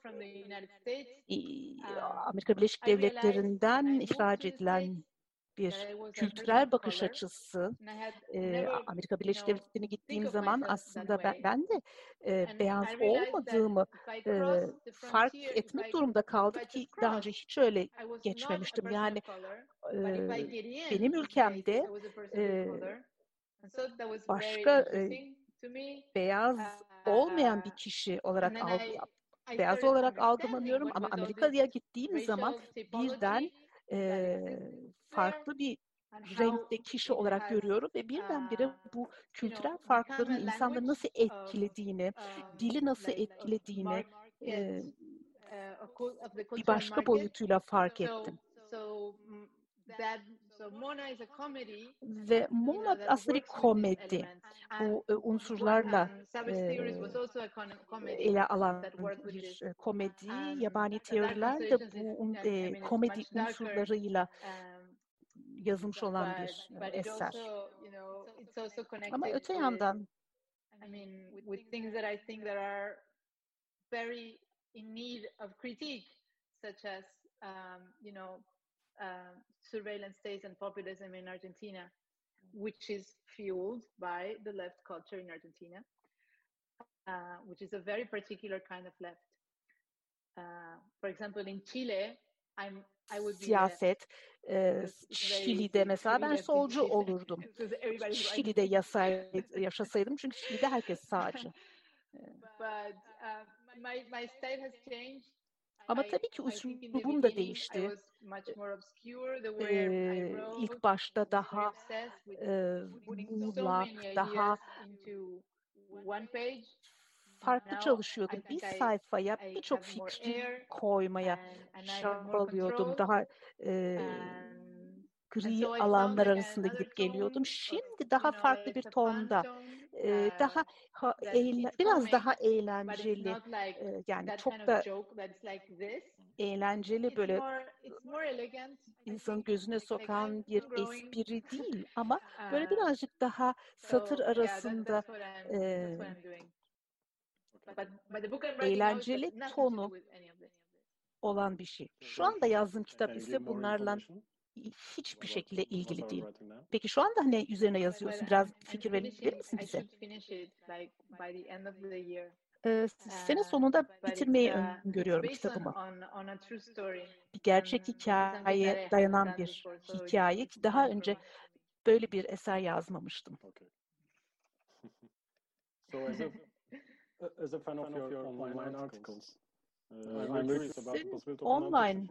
E: Amerika Birleşik Devletleri'nden ihraç edilen bir kültürel bakış açısı. E, Amerika Birleşik Devletleri'ne gittiğim zaman aslında ben, ben de e, beyaz olmadığımı e, fark etmek durumunda kaldım ki daha önce hiç öyle geçmemiştim. Yani e, benim ülkemde e, başka e, beyaz olmayan bir kişi olarak algı, beyaz olarak algılanıyorum ama Amerika'ya gittiğim zaman birden e, farklı bir renkte kişi olarak görüyorum ve birdenbire bu kültürel farkların insanları nasıl etkilediğini, dili nasıl etkilediğini e, bir başka boyutuyla fark ettim. Ve Mona aslında bir komedi. Bu e, unsurlarla e, ele alan bir e, komedi. Yabani teoriler de bu e, komedi unsurlarıyla yazılmış olan bir e, eser. Ama öte yandan
C: Um, surveillance states and populism in Argentina, which is fueled by the left culture in Argentina, uh, which is a very particular kind of left. Uh, for example, in Chile, I'm, I would be
E: siyaset, e, Şili'de mesela ben solcu olurdum. Şili'de yasay, yaşasaydım çünkü Şili'de herkes sağcı.
C: But uh, my, my state has changed.
E: Ama tabii ki üslubum da değişti. Ee, ilk başta daha e, muğlak, daha farklı çalışıyordum. Bir sayfaya birçok fikri koymaya çabalıyordum. Daha e, gri alanlar arasında gidip geliyordum. Şimdi daha farklı bir tonda, e, daha ha, eğlen, biraz daha eğlenceli, e, yani çok da eğlenceli böyle insanın gözüne sokan bir espri değil ama böyle birazcık daha satır arasında e, eğlenceli tonu olan bir şey. Şu anda yazdığım kitap ise bunlarla hiçbir şekilde ilgili değil. Peki şu anda ne üzerine yazıyorsun? Biraz fikir verir misin bize? Ee, sene sonunda bitirmeyi öngörüyorum kitabımı. Bir gerçek hikayeye dayanan bir hikaye ki daha önce böyle bir eser yazmamıştım.
B: So as a, as a fan of your online articles,
E: Sizin online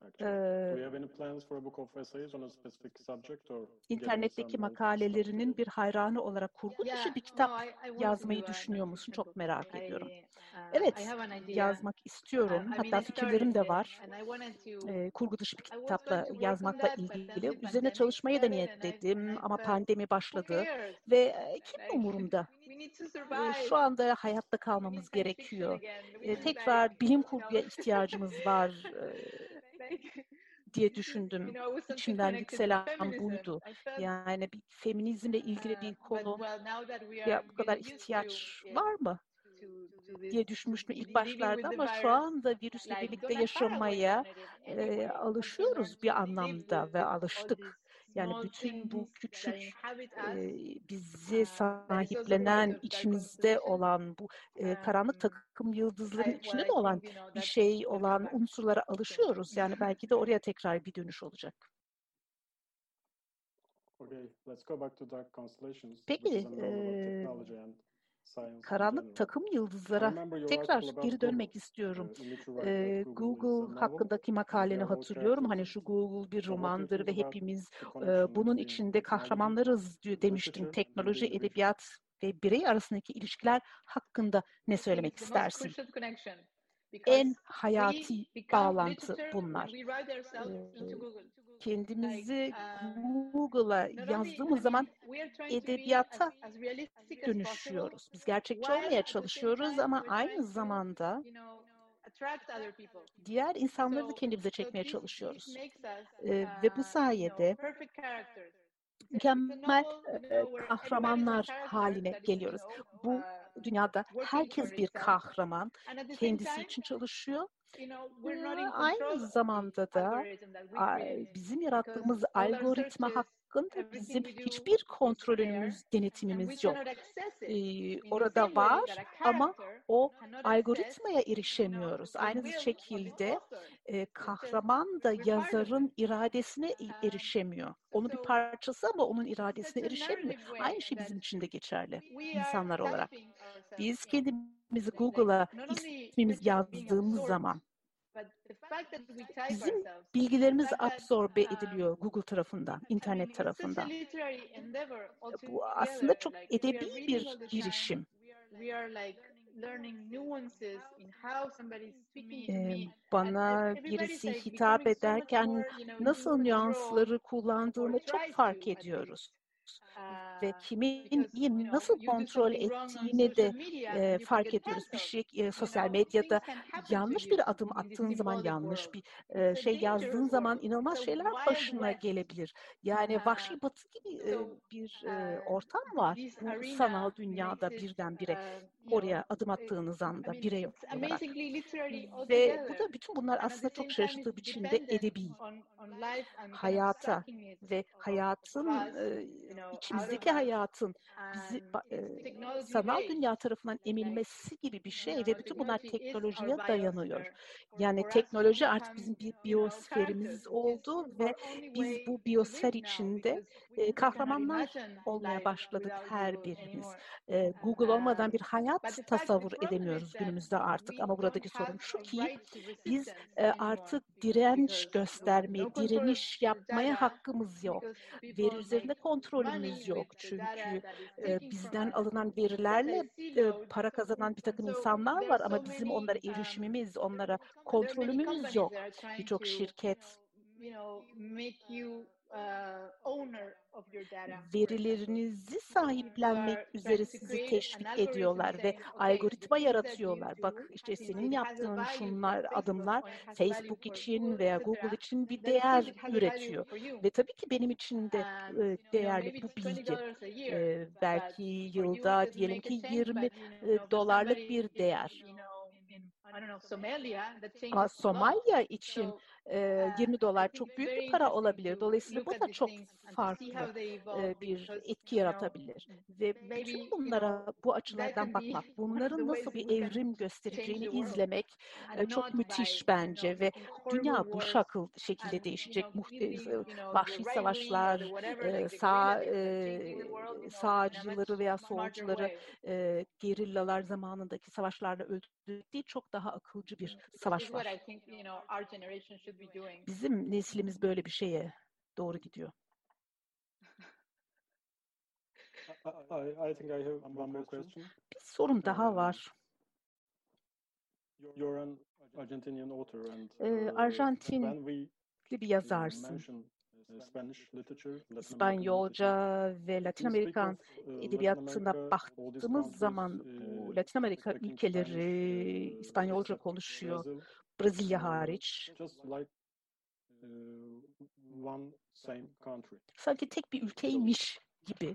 E: internetteki makalelerinin bir hayranı olarak kurgu dışı bir kitap yazmayı düşünüyor musun? Çok merak ediyorum. Evet, yazmak istiyorum. Hatta fikirlerim de var. E, kurgu dışı bir kitapla yazmakla ilgili. Üzerine çalışmaya da niyetledim ama pandemi başladı ve e, kim umurumda? E, şu anda hayatta kalmamız gerekiyor. E, tekrar bilim kurguya ihtiyacımız var e, diye düşündüm. İçimden yükselen buydu. Yani bir feminizmle ilgili bir konu, ya bu kadar ihtiyaç var mı diye düşünmüştüm ilk başlarda ama şu anda virüsle birlikte yaşamaya e, alışıyoruz bir anlamda ve alıştık. Yani bütün bu küçük e, bizi sahiplenen, içimizde olan bu e, karanlık takım yıldızların içinde de olan bir şey olan unsurlara alışıyoruz. Yani belki de oraya tekrar bir dönüş olacak. Peki, e, karanlık takım yıldızlara tekrar geri dönmek istiyorum. Ee, Google hakkındaki makaleni hatırlıyorum. Hani şu Google bir romandır ve hepimiz e, bunun içinde kahramanlarız diyor demiştin. Teknoloji, edebiyat ve birey arasındaki ilişkiler hakkında ne söylemek istersin? En hayati bağlantı bunlar. Ee, kendimizi Google'a yazdığımız zaman edebiyata dönüşüyoruz. Biz gerçekçi olmaya çalışıyoruz ama aynı zamanda diğer insanları da kendimize çekmeye çalışıyoruz. Ee, ve bu sayede mükemmel e, kahramanlar haline geliyoruz. Bu dünyada herkes bir kahraman, kendisi için çalışıyor. Aynı zamanda da bizim yarattığımız algoritma hakkında bizim hiçbir kontrolümüz, denetimimiz yok. Ee, orada var ama o algoritmaya erişemiyoruz. Aynı şekilde e, kahraman da yazarın iradesine erişemiyor. Onun bir parçası ama onun iradesine erişemiyor. Aynı şey bizim için de geçerli insanlar olarak. Biz kendimizi Google'a ismimiz yazdığımız zaman bizim bilgilerimiz absorbe ediliyor Google tarafından, internet tarafından. Bu aslında çok edebi bir girişim. Ee, bana birisi hitap ederken nasıl nüansları kullandığını çok fark ediyoruz. Ve kimin iyi nasıl kontrol ettiğini de e, fark ediyoruz. Bir şey e, sosyal medyada yanlış bir adım attığın zaman, yanlış bir e, şey yazdığın zaman inanılmaz şeyler başına gelebilir. Yani vahşi batı gibi e, bir e, ortam var bu sanal dünyada birdenbire oraya adım attığınız anda birey olarak. Ve bu da bütün bunlar aslında çok şaşırtıcı biçimde edebi hayata ve hayatın e, içimizdeki hayatın bizi e, sanal dünya tarafından emilmesi gibi bir şey ve bütün bunlar teknolojiye dayanıyor. Yani teknoloji artık bizim bir biyosferimiz oldu ve biz bu biyosfer içinde e, kahramanlar olmaya başladık her birimiz. E, Google olmadan bir hayat tasavvur edemiyoruz günümüzde artık ama buradaki sorun şu ki biz e, artık direnç göstermeye, direniş yapmaya hakkımız yok. Veri üzerinde kontrolümüz yok. Çünkü e, bizden alınan verilerle e, para kazanan bir takım insanlar var ama bizim onlara erişimimiz, onlara kontrolümüz yok. Birçok şirket verilerinizi sahiplenmek üzere sizi teşvik ediyorlar ve algoritma yaratıyorlar. Bak işte senin yaptığın şunlar adımlar Facebook için veya Google için bir değer üretiyor. Ve tabii ki benim için de e, değerli bu bilgi. E, belki yılda diyelim ki yirmi dolarlık bir değer. Ama Somalya için e, yirmi dolar çok büyük bir para olabilir. Dolayısıyla bu da çok farklı e, bir etki yaratabilir. Ve bütün bunlara bu açılardan bakmak, bunların nasıl bir evrim göstereceğini izlemek e, çok müthiş bence ve dünya bu şakıl, şekilde değişecek. Vahşi savaşlar, e, sağ e, sağcıları veya solcuları e, gerillalar zamanındaki savaşlarla öldürmek sürdürdüğü çok daha akılcı bir savaş var. Bizim neslimiz böyle bir şeye doğru gidiyor.
B: I, I think I have one more question.
E: Bir sorum daha var.
B: You're an Argentinian author and
E: Ee, Arjantinli bir yazarsın. İspanyolca ve Latin Amerikan edebiyatına baktığımız zaman bu Latin Amerika ülkeleri İspanyolca konuşuyor. Brezilya hariç. Sanki tek bir ülkeymiş gibi.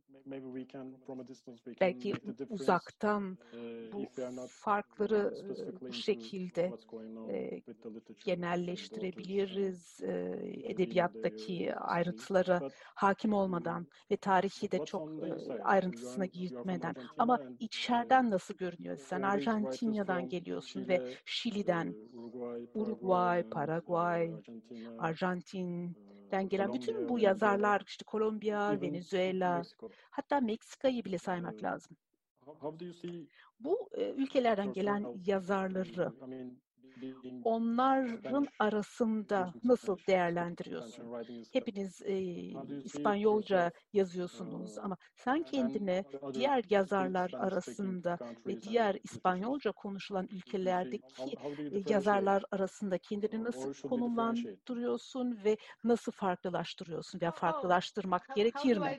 E: Belki uzaktan bu farkları bu şekilde e, genelleştirebiliriz. E, edebiyattaki ayrıntılara hakim olmadan ve tarihi de çok e, ayrıntısına girmeden. Ama içeriden nasıl görünüyor? Sen Arjantin'den geliyorsun ve Şili'den, Uruguay, Paraguay, Arjantin'den gelen bütün bu yazarlar, işte Kolombiya, Venezuela, hatta Meksika'yı bile saymak lazım. Bu e, ülkelerden gelen yazarları onların arasında nasıl değerlendiriyorsun? Hepiniz e, İspanyolca yazıyorsunuz ama sen kendine diğer yazarlar arasında ve diğer İspanyolca konuşulan ülkelerdeki e, yazarlar arasında kendini nasıl konumlandırıyorsun ve nasıl farklılaştırıyorsun veya farklılaştırmak gerekir mi?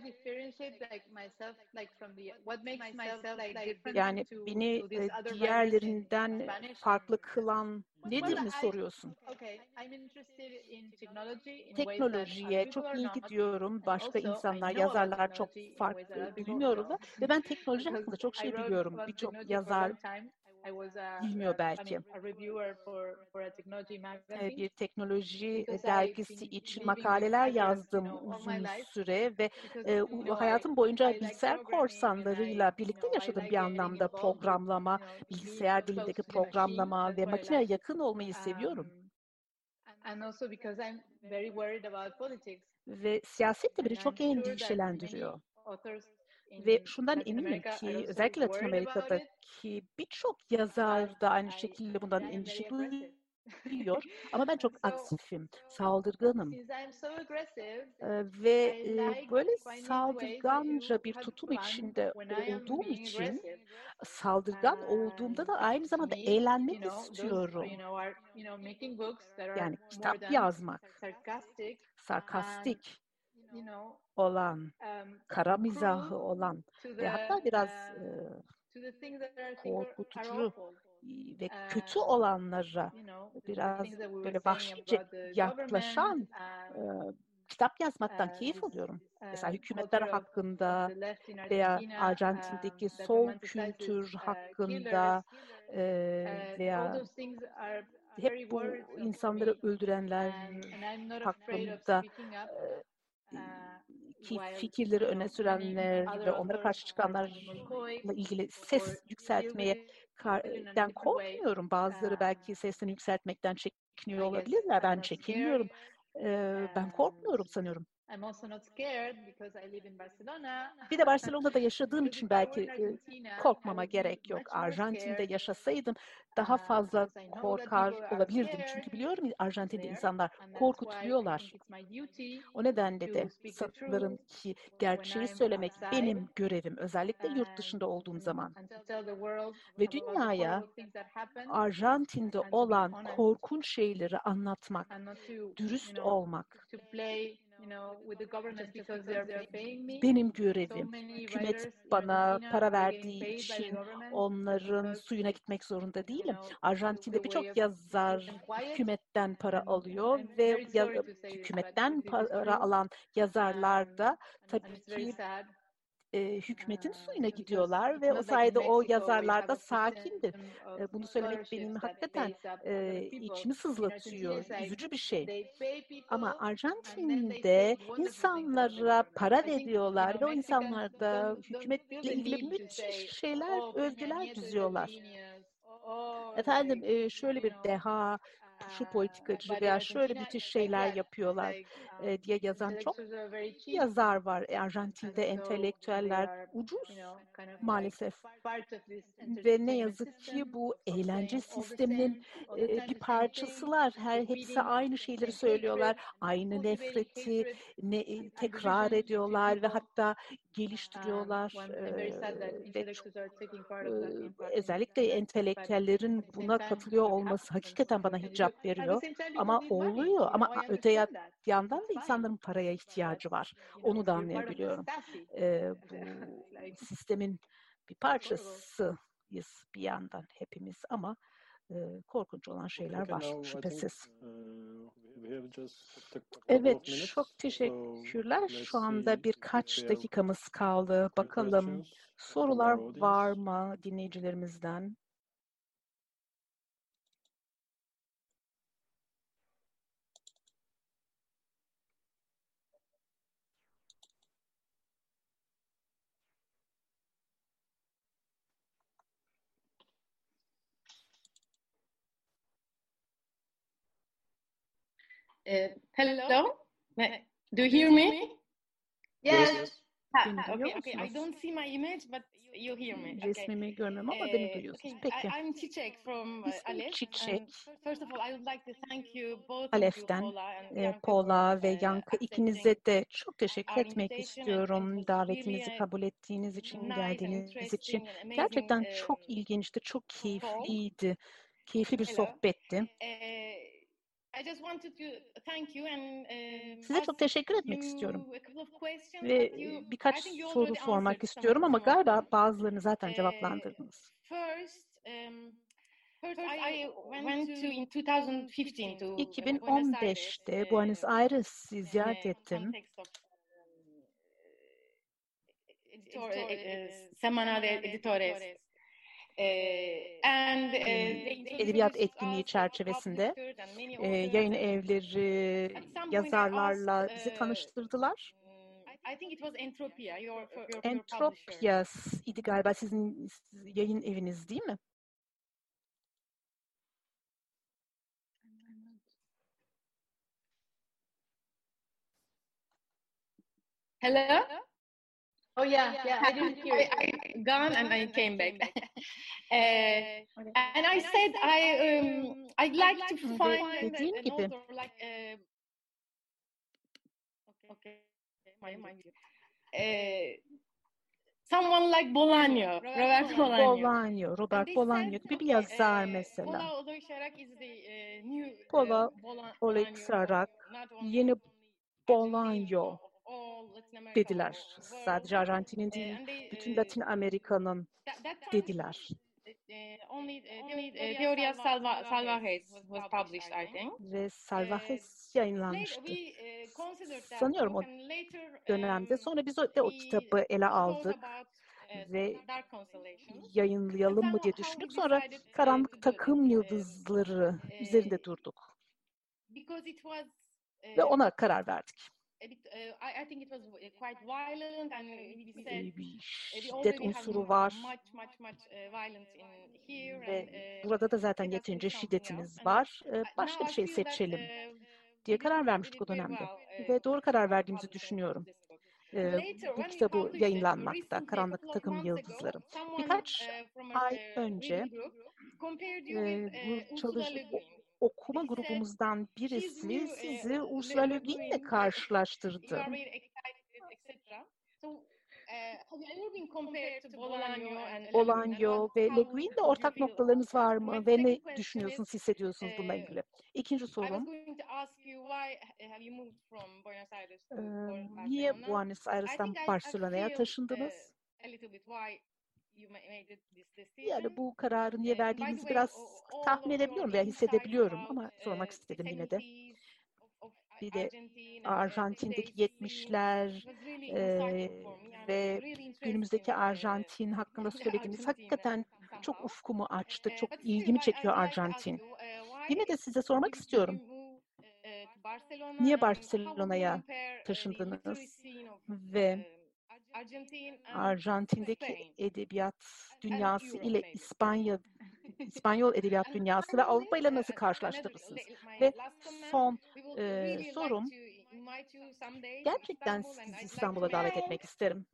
E: Yani beni e, diğerlerinden farklı kılan nedir mi soruyorsun? Teknolojiye çok ilgi duyuyorum. Başka insanlar, yazarlar çok farklı bilmiyorum da ve ben teknoloji hakkında çok şey biliyorum. Birçok yazar bilmiyor belki. Bir teknoloji dergisi için makaleler yazdım uzun süre ve e, hayatım boyunca bilgisayar korsanlarıyla birlikte yaşadım bir anlamda. Programlama, bilgisayar dilindeki programlama ve makineye yakın olmayı seviyorum. Ve siyaset de beni çok endişelendiriyor. Ve şundan eminim ki özellikle Latin Amerika'daki birçok yazar da aynı şekilde bundan endişe duyuyor. Ama ben çok agresifim, saldırganım. Ee, ve e, böyle saldırganca bir tutum içinde olduğum için saldırgan olduğumda da aynı zamanda eğlenmek istiyorum. Yani kitap yazmak, sarkastik olan, kara mizahı olan ve hatta biraz e, korkutucu ve kötü olanlara biraz böyle vahşice yaklaşan e, kitap yazmaktan keyif alıyorum. Mesela hükümetler hakkında veya Arjantin'deki sol kültür hakkında e, veya hep bu insanları öldürenler hakkında ki fikirleri öne sürenler ve onlara karşı çıkanlarla ilgili ses yükseltmeye den korkmuyorum. Bazıları belki sesini yükseltmekten çekiniyor olabilirler. Ben çekinmiyorum. Ee, ben korkmuyorum sanıyorum. Bir de Barcelona'da yaşadığım için belki e, korkmama gerek yok. Arjantin'de yaşasaydım daha fazla korkar olabilirdim. Çünkü biliyorum Arjantin'de insanlar korkutuluyorlar. O nedenle de sanırım ki gerçeği söylemek benim görevim. Özellikle yurt dışında olduğum zaman. Ve dünyaya Arjantin'de olan korkunç şeyleri anlatmak, dürüst olmak. Benim görevim. Hükümet bana para verdiği için onların suyuna gitmek zorunda değilim. Arjantin'de birçok yazar hükümetten para alıyor ve ya, hükümetten para alan yazarlar da tabii ki e, hükümetin suyuna gidiyorlar ve o sayede o yazarlar da sakindir. E, bunu söylemek benim hakikaten e, içimi sızlatıyor. Üzücü bir şey. Ama Arjantin'de insanlara para veriyorlar ve o insanlar da hükümetle ilgili müthiş şeyler, övgüler düzüyorlar. Efendim e, şöyle bir deha, şu politikacı veya şöyle müthiş şeyler yapıyorlar e, diye yazan çok yazar var. E, Arjantin'de entelektüeller ucuz maalesef. Ve ne yazık ki bu eğlence sisteminin e, bir parçasılar. Her hepsi aynı şeyleri söylüyorlar. Aynı nefreti ne, e, tekrar ediyorlar ve hatta geliştiriyorlar e, ve çok, e, özellikle entelektüellerin buna katılıyor olması hakikaten bana hicap veriyor. Ama oluyor. Ama öte yandan da insanların paraya ihtiyacı var. Onu da anlayabiliyorum. E, bu sistemin bir parçasıyız bir yandan hepimiz ama e, korkunç olan şeyler var şüphesiz. Evet, çok teşekkürler. Şu anda birkaç dakikamız kaldı. Bakalım sorular var mı dinleyicilerimizden?
F: Uh, hello? Do you hear me?
C: Yes.
B: Yes.
E: Beni
F: Okay,
E: duyuyor
F: okay. I
E: musunuz?
F: don't see my image, but you hear me. Okay.
E: Resmimi görmüyorum ama
F: Uh,
E: beni duyuyorsunuz.
F: okay.
E: Peki.
F: I, I'm Çiçek from uh,
E: İsmim
F: Aleph.
E: Çiçek.
F: And first of all, I would like to thank you both of you,
E: Alef'ten
F: Paula and
E: e,
F: Yankı,
E: Paula
F: for
E: ve
F: uh,
E: Yankı
F: accepting
E: ikinize de çok teşekkür
F: our
E: etmek
F: invitation, and it
E: istiyorum.
F: was
E: Davetimizi
F: really a
E: kabul ettiğiniz için,
F: nice and
E: geldiğiniz için.
F: interesting and amazing
E: Gerçekten
F: uh,
E: çok ilginçti, çok
F: talk.
E: keyifliydi. Keyifli bir
F: Hello.
E: sohbetti.
F: Uh, I just wanted to thank you and um,
E: Size çok
F: ask
E: teşekkür etmek istiyorum.
F: you a couple of questions,
E: Ve
F: but you, I
E: birkaç
F: think you
E: soru
F: already
E: sormak
F: answered some
E: istiyorum
F: of,
E: ama
F: some of
E: galiba
F: them.
E: bazılarını zaten
F: Uh,
E: cevaplandırdınız.
F: First, um, first I went to in twenty fifteen to Buenos Aires
E: iki bin on beşte
F: uh,
E: Buenos Aires'i
F: in
E: ziyaret
F: a
E: ettim.
F: context of um, editor, uh, uh, Semana de Editores. Uh, and uh, they
E: Edebiyat
F: introduced
E: etkinliği
F: us
E: çerçevesinde
F: publishers and many
E: e,
F: authors
E: yayın
F: and
E: evleri,
F: at some point I
E: yazarlarla
F: asked,
E: bizi
F: uh,
E: tanıştırdılar.
F: I think it was Entropia, your, your, your publisher.
E: Entropia idi galiba sizin yayın eviniz değil mi?
F: Hello?
C: Oh yeah, yeah. I didn't hear.
F: I, I gone and I came back. uh, and I said I um I'd like to find an,
E: Dediğim
F: an
E: gibi
F: author like uh, okay, my mind. Uh, someone like Bolaño, Roberto Bolaño.
E: Bolaño, Robert Bolaño gibi bir yazar mesela.
F: Paula Oloysarak is the uh, new
E: Paula Oloysarak yeni Bolaño dediler. Sadece Arjantin'in değil, bütün Latin Amerika'nın dediler.
F: Only Teoria Salvajes was published, I think.
E: Ve Salvajes yayınlanmıştı. Sanıyorum o dönemde. Sonra biz de o kitabı ele aldık ve yayınlayalım mı diye düşündük. Sonra Karanlık Takım Yıldızları üzerinde durduk. Ve ona karar verdik. Bir şiddet unsuru var. Ve burada da zaten yeterince şiddetimiz var. Başka bir şey seçelim diye karar vermiştik o dönemde. Ve doğru karar verdiğimizi düşünüyorum. Bu kitabı yayınlanmakta, Karanlık Takım Yıldızları. Birkaç ay önce bu çalışıp okuma grubumuzdan birisi sizi Ursula Le Guin'le karşılaştırdı. Bolaño ve Le Guin'le ortak noktalarınız var mı? Ve ne düşünüyorsunuz, hissediyorsunuz bununla ilgili? İkinci sorum. Ee, niye Buenos Aires'ten Barcelona'ya taşındınız? Yani bu kararı niye verdiğinizi biraz tahmin edebiliyorum veya hissedebiliyorum ama sormak istedim yine de. Bir de Arjantin'deki yetmişler e, ve günümüzdeki Arjantin hakkında söylediğiniz hakikaten çok ufkumu açtı, çok ilgimi çekiyor Arjantin. Yine de size sormak istiyorum. Niye Barcelona'ya taşındınız ve Arjantin'deki edebiyat dünyası ile İspanya İspanyol edebiyat dünyası ve Avrupa ile nasıl karşılaştırırsınız? Ve son e, sorum, gerçekten sizi İstanbul'a davet etmek isterim.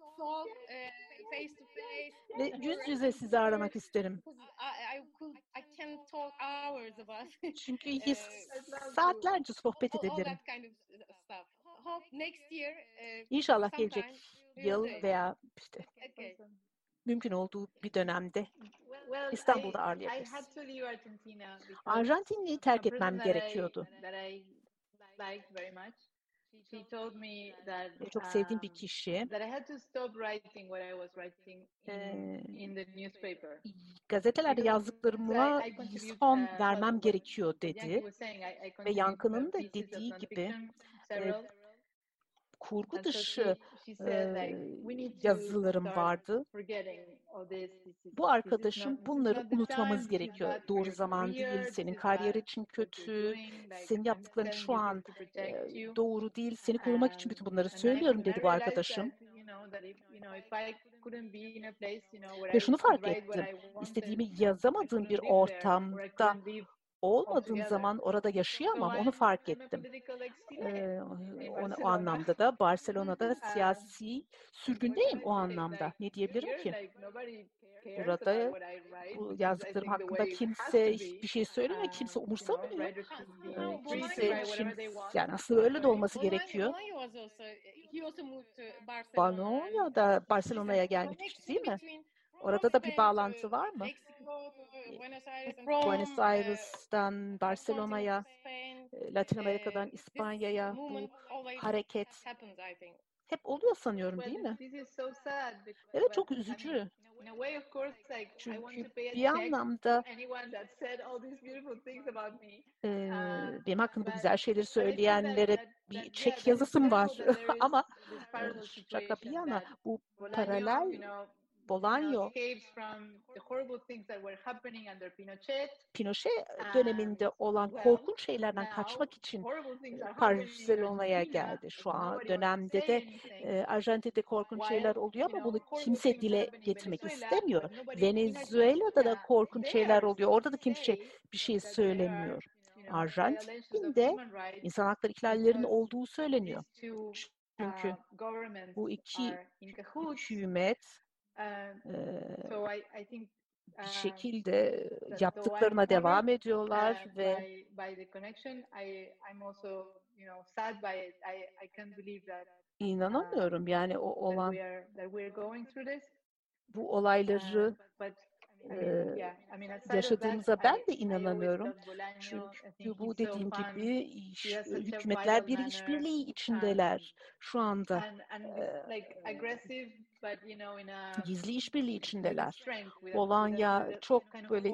E: Ve yüz yüze sizi aramak isterim. Çünkü saatlerce sohbet edebilirim. İnşallah gelecek yıl veya işte mümkün olduğu bir dönemde İstanbul'da ağırlayabiliriz. Arjantin'i terk etmem gerekiyordu. Çok sevdiğim bir kişi ee, gazetelerde yazdıklarıma son vermem gerekiyor dedi ve Yankı'nın da dediği gibi e, kurgu dışı e, yazılarım vardı. Bu arkadaşım bunları unutmamız gerekiyor. Doğru zaman değil, senin kariyer için kötü, senin yaptıkların şu an e, doğru değil, seni korumak için bütün bunları söylüyorum dedi bu arkadaşım. Ve şunu fark ettim, istediğimi yazamadığım bir ortamda olmadığım zaman orada yaşayamam, onu fark ettim. Ee, o, o anlamda da Barcelona'da siyasi sürgündeyim o anlamda. Ne diyebilirim ki? Burada bu yazdıklarım hakkında kimse hiçbir şey söylemiyor, kimse umursamıyor. Ee, kimse şimdi, yani aslında öyle de olması gerekiyor. Banoya da Barcelona'ya gelmiş değil mi? Orada da bir bağlantı var mı? Buenos Aires'tan Barcelona'ya, Latin Amerika'dan İspanya'ya bu hareket hep oluyor sanıyorum değil mi? Evet, çok üzücü. Çünkü bir anlamda e, benim hakkında bu güzel şeyleri söyleyenlere bir çek yazısım var. Ama şaka bir yana bu paralel Bolaño, Pinochet döneminde olan korkunç şeylerden kaçmak için Barcelona'ya geldi. Şu an dönemde de e, Arjantin'de korkunç şeyler oluyor ama bunu kimse dile getirmek istemiyor. Venezuela'da da korkunç şeyler oluyor. Orada da kimse bir şey söylemiyor. Arjantin'de insan hakları ihlallerinin olduğu söyleniyor. Çünkü bu iki hükümet bir şekilde yaptıklarına devam ediyorlar ve inanamıyorum yani o olan bu olayları Ee, yaşadığımıza ben de inanamıyorum. Çünkü bu dediğim gibi iş, hükümetler bir işbirliği içindeler şu anda. E, gizli işbirliği içindeler. Bolaño çok böyle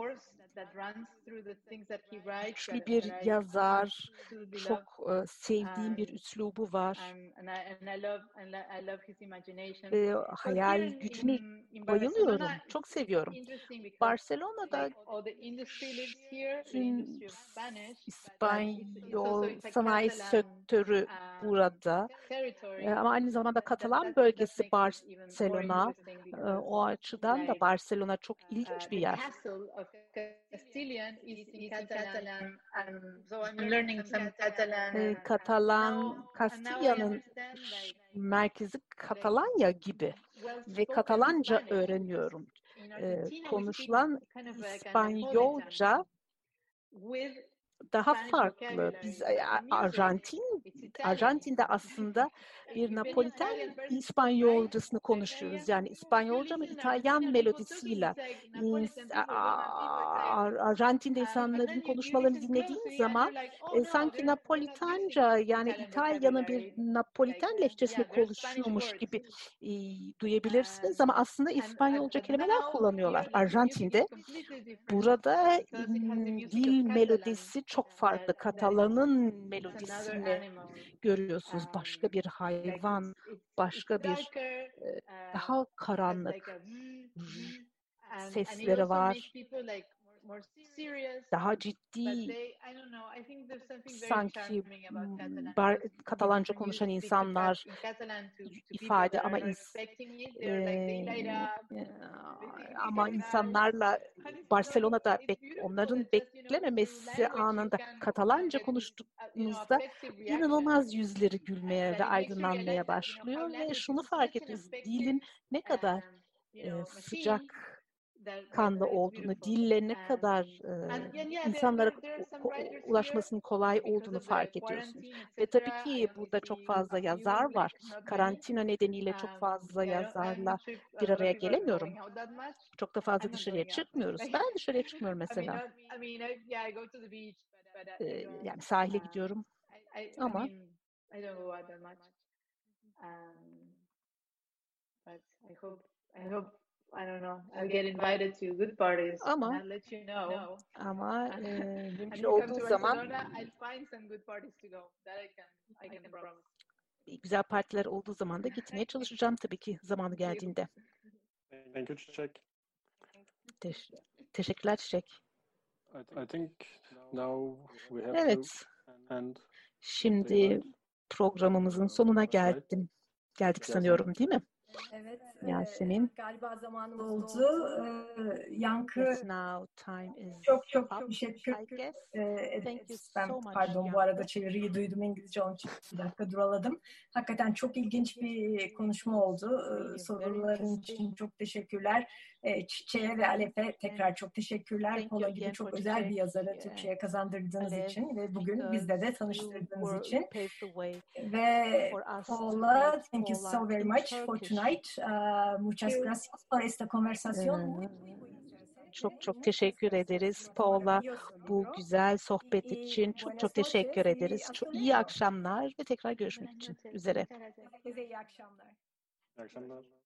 E: güçlü bir yazar, çok e, sevdiğim bir üslubu var. Ve hayal gücünü bayılıyorum, çok seviyorum. Barcelona'da tüm İspanyol sanayi sektörü burada. Ama aynı zamanda Katalan bölgesi Barcelona. O açıdan da Barcelona çok ilginç bir yer. Katalan, Kastilya'nın merkezi Katalanya gibi ve Katalanca öğreniyorum. Konuşulan İspanyolca daha farklı. Biz Arjantin, Arjantin'de aslında bir Napoliten İspanyolcasını konuşuyoruz. Yani İspanyolca mı İtalyan melodisiyle. Arjantin'de insanların konuşmalarını dinlediğin zaman e, sanki Napolitanca yani İtalya'nın bir Napoliten lehçesini konuşuyormuş gibi e, duyabilirsiniz ama aslında İspanyolca kelimeler kullanıyorlar Arjantin'de. Burada dil melodisi çok farklı. Katalan'ın melodisini görüyorsunuz. Başka bir hayvan, başka bir daha karanlık sesleri var. daha ciddi sanki bar, Katalanca konuşan insanlar ifade ama ins, e, ama insanlarla Barcelona'da bek, onların beklememesi anında Katalanca konuştuğumuzda inanılmaz yüzleri gülmeye ve aydınlanmaya başlıyor ve şunu fark ediyoruz, dilin ne kadar e, sıcak kanlı olduğunu, dille ne kadar e, insanlara ulaşmasının kolay olduğunu fark ediyorsunuz. Ve tabii ki burada çok fazla yazar var. Karantina nedeniyle çok fazla yazarla bir araya gelemiyorum. Çok da fazla dışarıya çıkmıyoruz. Ben dışarıya çıkmıyorum mesela. Ee, yani sahile gidiyorum ama
C: I don't know. I'll get invited to good parties.
E: Ama,
C: and I'll let you know.
E: Ama e, mümkün olduğu zaman
C: I'll find some good parties to go. That I can, I can promise.
E: Güzel partiler olduğu zaman da gitmeye çalışacağım tabii ki zamanı geldiğinde.
B: Thank you, Çiçek.
E: Teş teşekkürler Çiçek.
B: I, I think now we have
E: evet.
B: to end.
E: Şimdi programımızın sonuna geldim. Geldik sanıyorum, değil mi?
A: Evet,
E: Yasemin.
A: E, galiba zamanımız oldu. E, Yankı
E: yes, now time is
A: çok çok
E: up,
A: teşekkür
E: e,
A: ederiz. Ben so pardon bu arada çeviriyi duydum İngilizce, onun için bir dakika duraladım. Hakikaten çok ilginç bir konuşma oldu. E, soruların için çok teşekkürler. E, Çiçek'e ve Alef'e tekrar çok teşekkürler. Paula gibi çok özel bir yazarı Türkçe'ye kazandırdığınız Alef, için ve bugün bizde de tanıştırdığınız için. Ve Paula, thank you so very much for tonight. Uh, muchas gracias por esta conversación.
E: Çok çok teşekkür ederiz Paula bu güzel sohbet için. Çok çok teşekkür ederiz. Çok iyi akşamlar ve tekrar görüşmek için üzere.
A: Herkese iyi akşamlar.
B: İyi akşamlar.